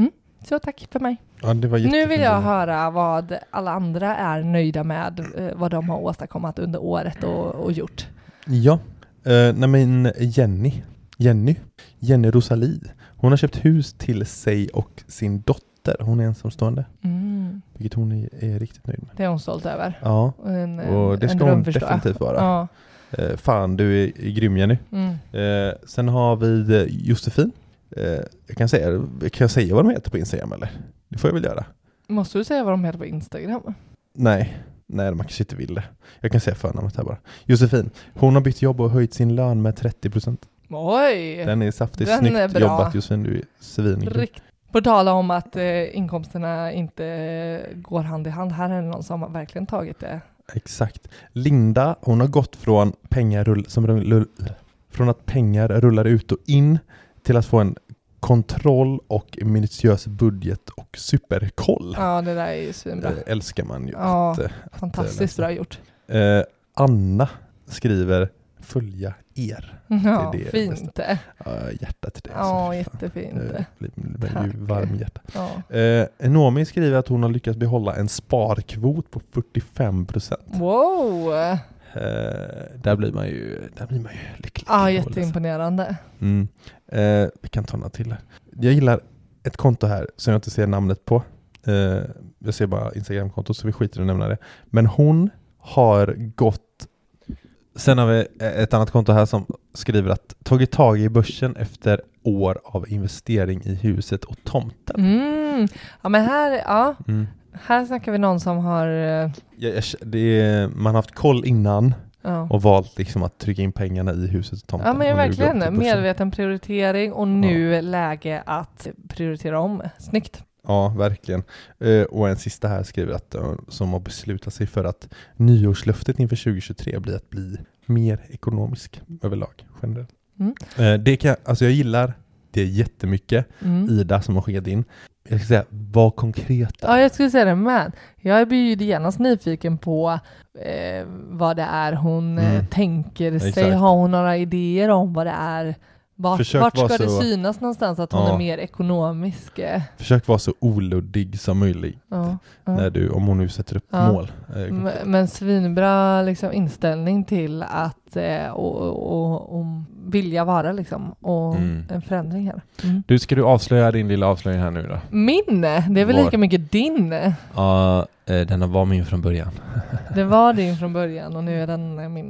Så tack för mig. Ja, det var Nu vill jättefint. jag höra vad alla andra är nöjda med, eh, vad de har åstadkommit under året och, och gjort. Ja, uh, nej men Jenny, Jenny, Jenny Rosalie, hon har köpt hus till sig och sin dotter. Hon är ensamstående, Mm. vilket hon är, är riktigt nöjd med. Det är hon stolt över. Ja, En, och det en ska hon dröm, förstår jag. definitivt vara. Ja. Uh, fan, du är, är grym Jenny. Mm. Uh, sen har vi uh, Josefin. Uh, jag kan säga, kan jag säga vad de heter på Instagram eller? Det får jag väl göra. Måste du säga vad de heter på Instagram? Nej, nej man kanske inte vill det. Jag kan säga förnamnet här bara. Josefin, hon har bytt jobb och höjt sin lön med trettio procent. Oj! Den är saftig. Den Snyggt är bra. jobbat Josefin, du är svingrym. Rikt- På tala om att eh, inkomsterna inte eh, går hand i hand. Här är det någon som har verkligen tagit det. Exakt. Linda, hon har gått från pengar rull, som rull, rull, från att pengar rullar ut och in till att få en kontroll och minutiös budget och superkoll. Ja, det där är ju svinbra. Eh, älskar man ju Ja, att, eh, Fantastiskt läsa. bra gjort. eh, Anna skriver följa er. Ja, det är det fint. Ja, hjärta till det. Ja, alltså, fy jättefint. fan. Eh, blir- blir Tack. ju varm i hjärta. Ja. Eh, Nomi skriver att hon har lyckats behålla en sparkvot på fyrtiofem procent. Wow! Eh, där blir man ju, där blir man ju lycklig. Ja, jätteimponerande. Mm. Eh, vi kan ta några till här. Jag gillar ett konto här som jag inte ser namnet på. Eh, jag ser bara Instagramkontot så vi skiter i att nämna det. Men hon har gått... Sen har vi ett annat konto här som skriver att tagit tag i börsen efter år av investering i huset och tomten. Mm. Ja, men här, ja, Mm. här snackar vi någon som har... eh, Jag, jag, det är, man har haft koll innan Ja, och valt liksom att trycka in pengarna i huset och tomten. ja men och nu går verkligen. upp till börsen. Medveten prioritering och nu läge att prioritera om. Snyggt. Ja, verkligen. Eh, och en sista här skriver att eh, som har beslutat sig för att nyårslöftet inför tjugohundratjugotre blir att bli mer ekonomisk överlag generellt. Mm. Eh, det kan, alltså jag gillar det jättemycket. Mm. Ida som har skickat in. Jag ska säga, var konkret. Ja, jag skulle säga det med. Jag blir ju genast nyfiken på eh, vad det är hon eh, Mm. tänker sig. Exakt. Har hon några idéer om vad det är? Vart, Försök vart ska vara det så- synas någonstans att hon Ja. är mer ekonomisk? Eh, Försök vara så oluddig som möjligt ja, ja. när du, om hon nu sätter upp Ja. mål. Eh, Men, men svinbra liksom, inställning till att eh, och, och, och vilja vara liksom, och Mm. en förändring här. Mm. Du, ska du avslöja din lilla avslöjning här nu då? Min? Det är väl Var- lika mycket din? Ja, uh, den var min från början. Det var din från början och nu är den eh, min.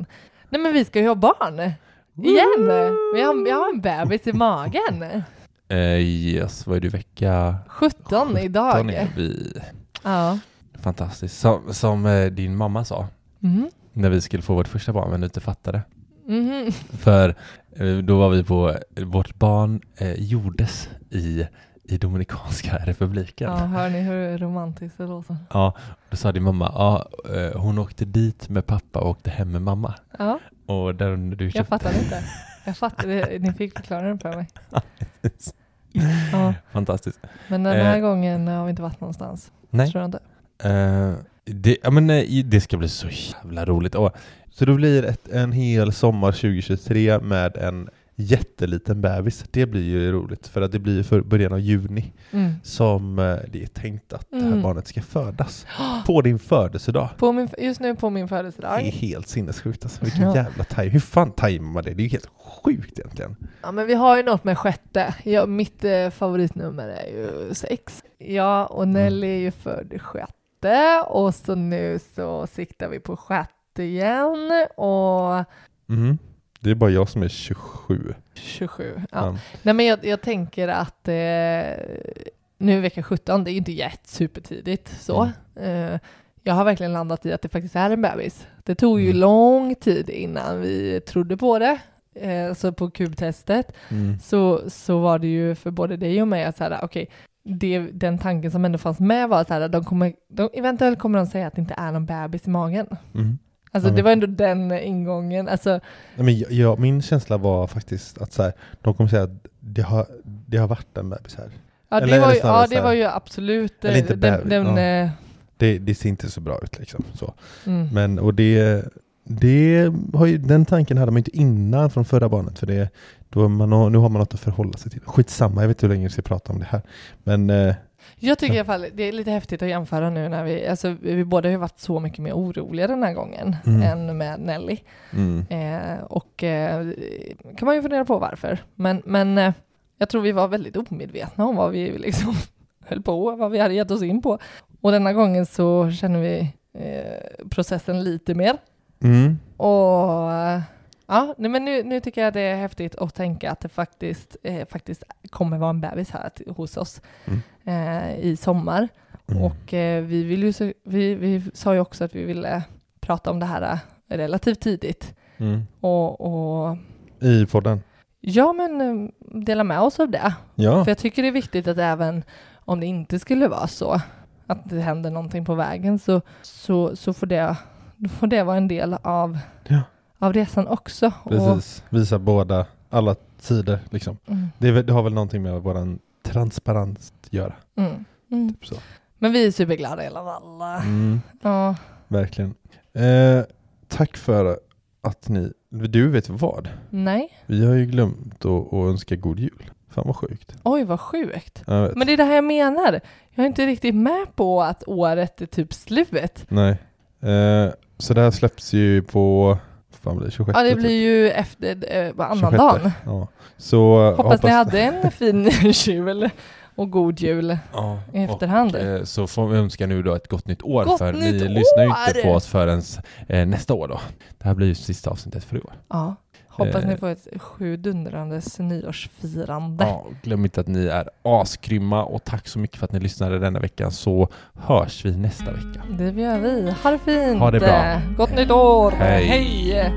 Nej, men vi ska ju ha barn. Igen. Vi har, vi har en bebis i magen. Uh, yes, vad är det vecka? sjutton, sjutton idag. Är vi. Ja. Fantastiskt. Som, som uh, din mamma sa. Mm. När vi skulle få vårt första barn, men inte fattade. Mm. För uh, då var vi på, vårt barn uh, gjordes i, i Dominikanska republiken. Ja, hör ni hur romantiskt det låter? Ja, då sa din mamma, ja, uh, hon åkte dit med pappa och åkte hem med mamma. Ja. Och där du köpte... Jag fattar inte. Jag fattar det. Ni fick förklara det för mig. Ja. Fantastiskt. Men den här eh, gången har vi inte varit någonstans. Nej. Tror jag inte. Eh, det, ja, men, det ska bli så jävla roligt. Och, så det blir ett, en hel sommar tjugohundratjugotre med en jätteliten bebis. Det blir ju roligt. För att det blir för början av juni Mm. som eh, det är tänkt att det här Mm. barnet ska födas. På din födelsedag. På min, just nu på min Det är födelsedag. helt sinnessjukt. Alltså. Vilken Ja. jävla tajm. Hur fan tajmar man det? Det är ju helt sjukt egentligen. Ja, men vi har ju något med sjätte. Ja, mitt eh, favoritnummer är ju sex. Ja, och Nelly är ju född sjätte. Och så nu så siktar vi på sjätte igen. Och Mm. Det är bara jag som är tjugosju. tjugosju. Ja. Ja. Nej, men jag, jag tänker att eh, nu är vecka sjutton, det är inte jättesupertidigt så. Mm. Eh, jag har verkligen landat i att det faktiskt är en bebis. Det tog ju Mm. lång tid innan vi trodde på det. Eh, så på kubtestet Mm. så, så var det ju för både dig och mig att så här, okej, det, den tanken som ändå fanns med var så här, de kommer, de, eventuellt kommer de säga att det inte är någon bebis i magen. Mm. Alltså Ja, det var ändå den ingången. Alltså, Nej, men jag, jag, min känsla var faktiskt att så här, de kommer säga att det har, det har varit en bebis här. ja, Eller det är var, det ju, snarare ja, så det här- var ju absolut Eller inte eh, den, bebis, den, ja. eh, Det, det ser inte så bra ut liksom. Så. mm. Men, och det, det har ju, den tanken hade man inte innan från förra barnet. För det, då man har, nu har man något att förhålla sig till. Skitsamma, jag vet inte hur länge vi ska prata om det här. Men eh, Jag tycker i alla fall det är lite häftigt att jämföra nu när vi, alltså vi båda har ju varit så mycket mer oroliga den här gången Mm. än med Nelly. mm, Eh, och eh, kan man ju fundera på varför. Men, men eh, jag tror vi var väldigt omedvetna om vad vi liksom höll på, vad vi hade gett oss in på. Och denna gången så känner vi eh, processen lite mer. mm, Och eh, ja, nej, men nu, nu tycker jag det är häftigt att tänka att det faktiskt, eh, faktiskt kommer vara en bebis här till, hos oss Mm. eh, i sommar. mm. Och eh, vi, vill ju, så- vi, vi sa ju också att vi ville prata om det här eh, relativt tidigt. Mm. Och, och I podden. ja, men eh, dela med oss av det. Ja. För jag tycker det är viktigt att även om det inte skulle vara så att det händer någonting på vägen så, så, så får, det, får det vara en del av, Ja. av resan också. Precis. Visa båda, alla sidor liksom. Och, mm, Det, är väl- det har väl någonting med våran transparens att göra. mm, mm. Typ så. Men vi är superglada i alla fall. Mm, Ja. verkligen. Eh, tack för att ni, du vet vad? Nej. Vi har ju glömt att, att önska god jul. Fan vad sjukt. Oj, vad sjukt. Jag vet. Men det är det här jag menar. Jag är inte riktigt med på att året är typ slut. Nej. Eh, så det här släpps ju på, fan blir det, tjugosjätte? Ja, det typ. blir ju efter eh, på annan tjugosjätte. dagen. Ja. Så Hoppas, ni hade en fin jul och god jul ja, i efterhand. Och, eh, så får vi önska nu då ett gott nytt år. Gott för nytt ni lyssnar ju år! inte på oss förrän eh, nästa år då. Det här blir ju sista avsnittet för i år. Ja. Hoppas Eh. ni får ett sjudundrandes nyårsfirande. Ja, glöm inte att ni är asgrymma och tack så mycket för att ni lyssnade denna veckan, så hörs vi nästa vecka. Det gör vi. Ha det fint. Ha det bra. Gott nytt år. Hej. Hej.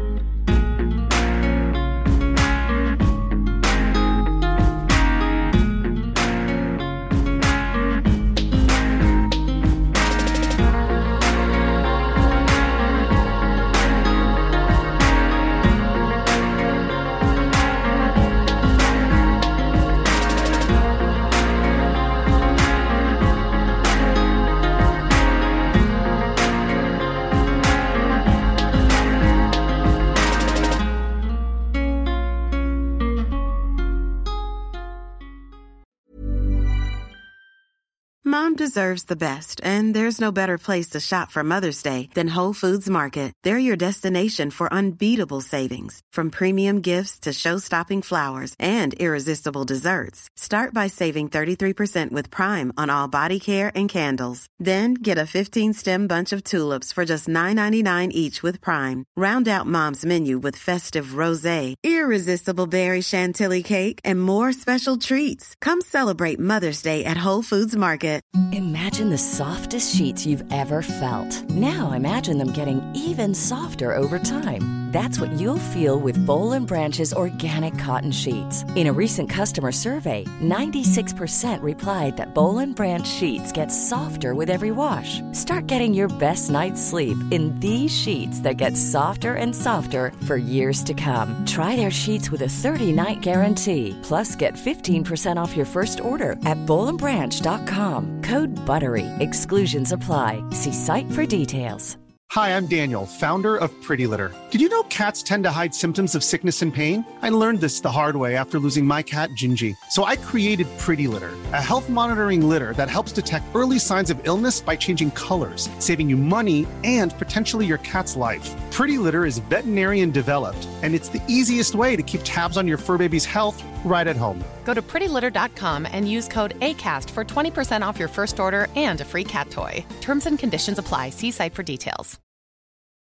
Mom deserves the best, and there's no better place to shop for Mother's Day than Whole Foods Market. They're your destination for unbeatable savings, from premium gifts to show-stopping flowers and irresistible desserts. Start by saving thirty-three percent with Prime on all body care and candles. Then get a fifteen-stem bunch of tulips for just nine ninety-nine each with Prime. Round out Mom's menu with festive rosé, irresistible berry chantilly cake, and more special treats. Come celebrate Mother's Day at Whole Foods Market. Imagine the softest sheets you've ever felt. Now imagine them getting even softer over time. That's what you'll feel with Boll and Branch's organic cotton sheets. In a recent customer survey, ninety-six percent replied that Boll and Branch sheets get softer with every wash. Start getting your best night's sleep in these sheets that get softer and softer for years to come. Try their sheets with a thirty-night guarantee. Plus, get fifteen percent off your first order at boll and branch dot com. Code BUTTERY. Exclusions apply. See site for details. Hi, I'm Daniel, founder of Pretty Litter. Did you know cats tend to hide symptoms of sickness and pain? I learned this the hard way after losing my cat, Gingy. So I created Pretty Litter, a health monitoring litter that helps detect early signs of illness by changing colors, saving you money and potentially your cat's life. Pretty Litter is veterinarian developed, and it's the easiest way to keep tabs on your fur baby's health right at home. Go to pretty litter dot com and use code ACAST for twenty percent off your first order and a free cat toy. Terms and conditions apply. See site for details.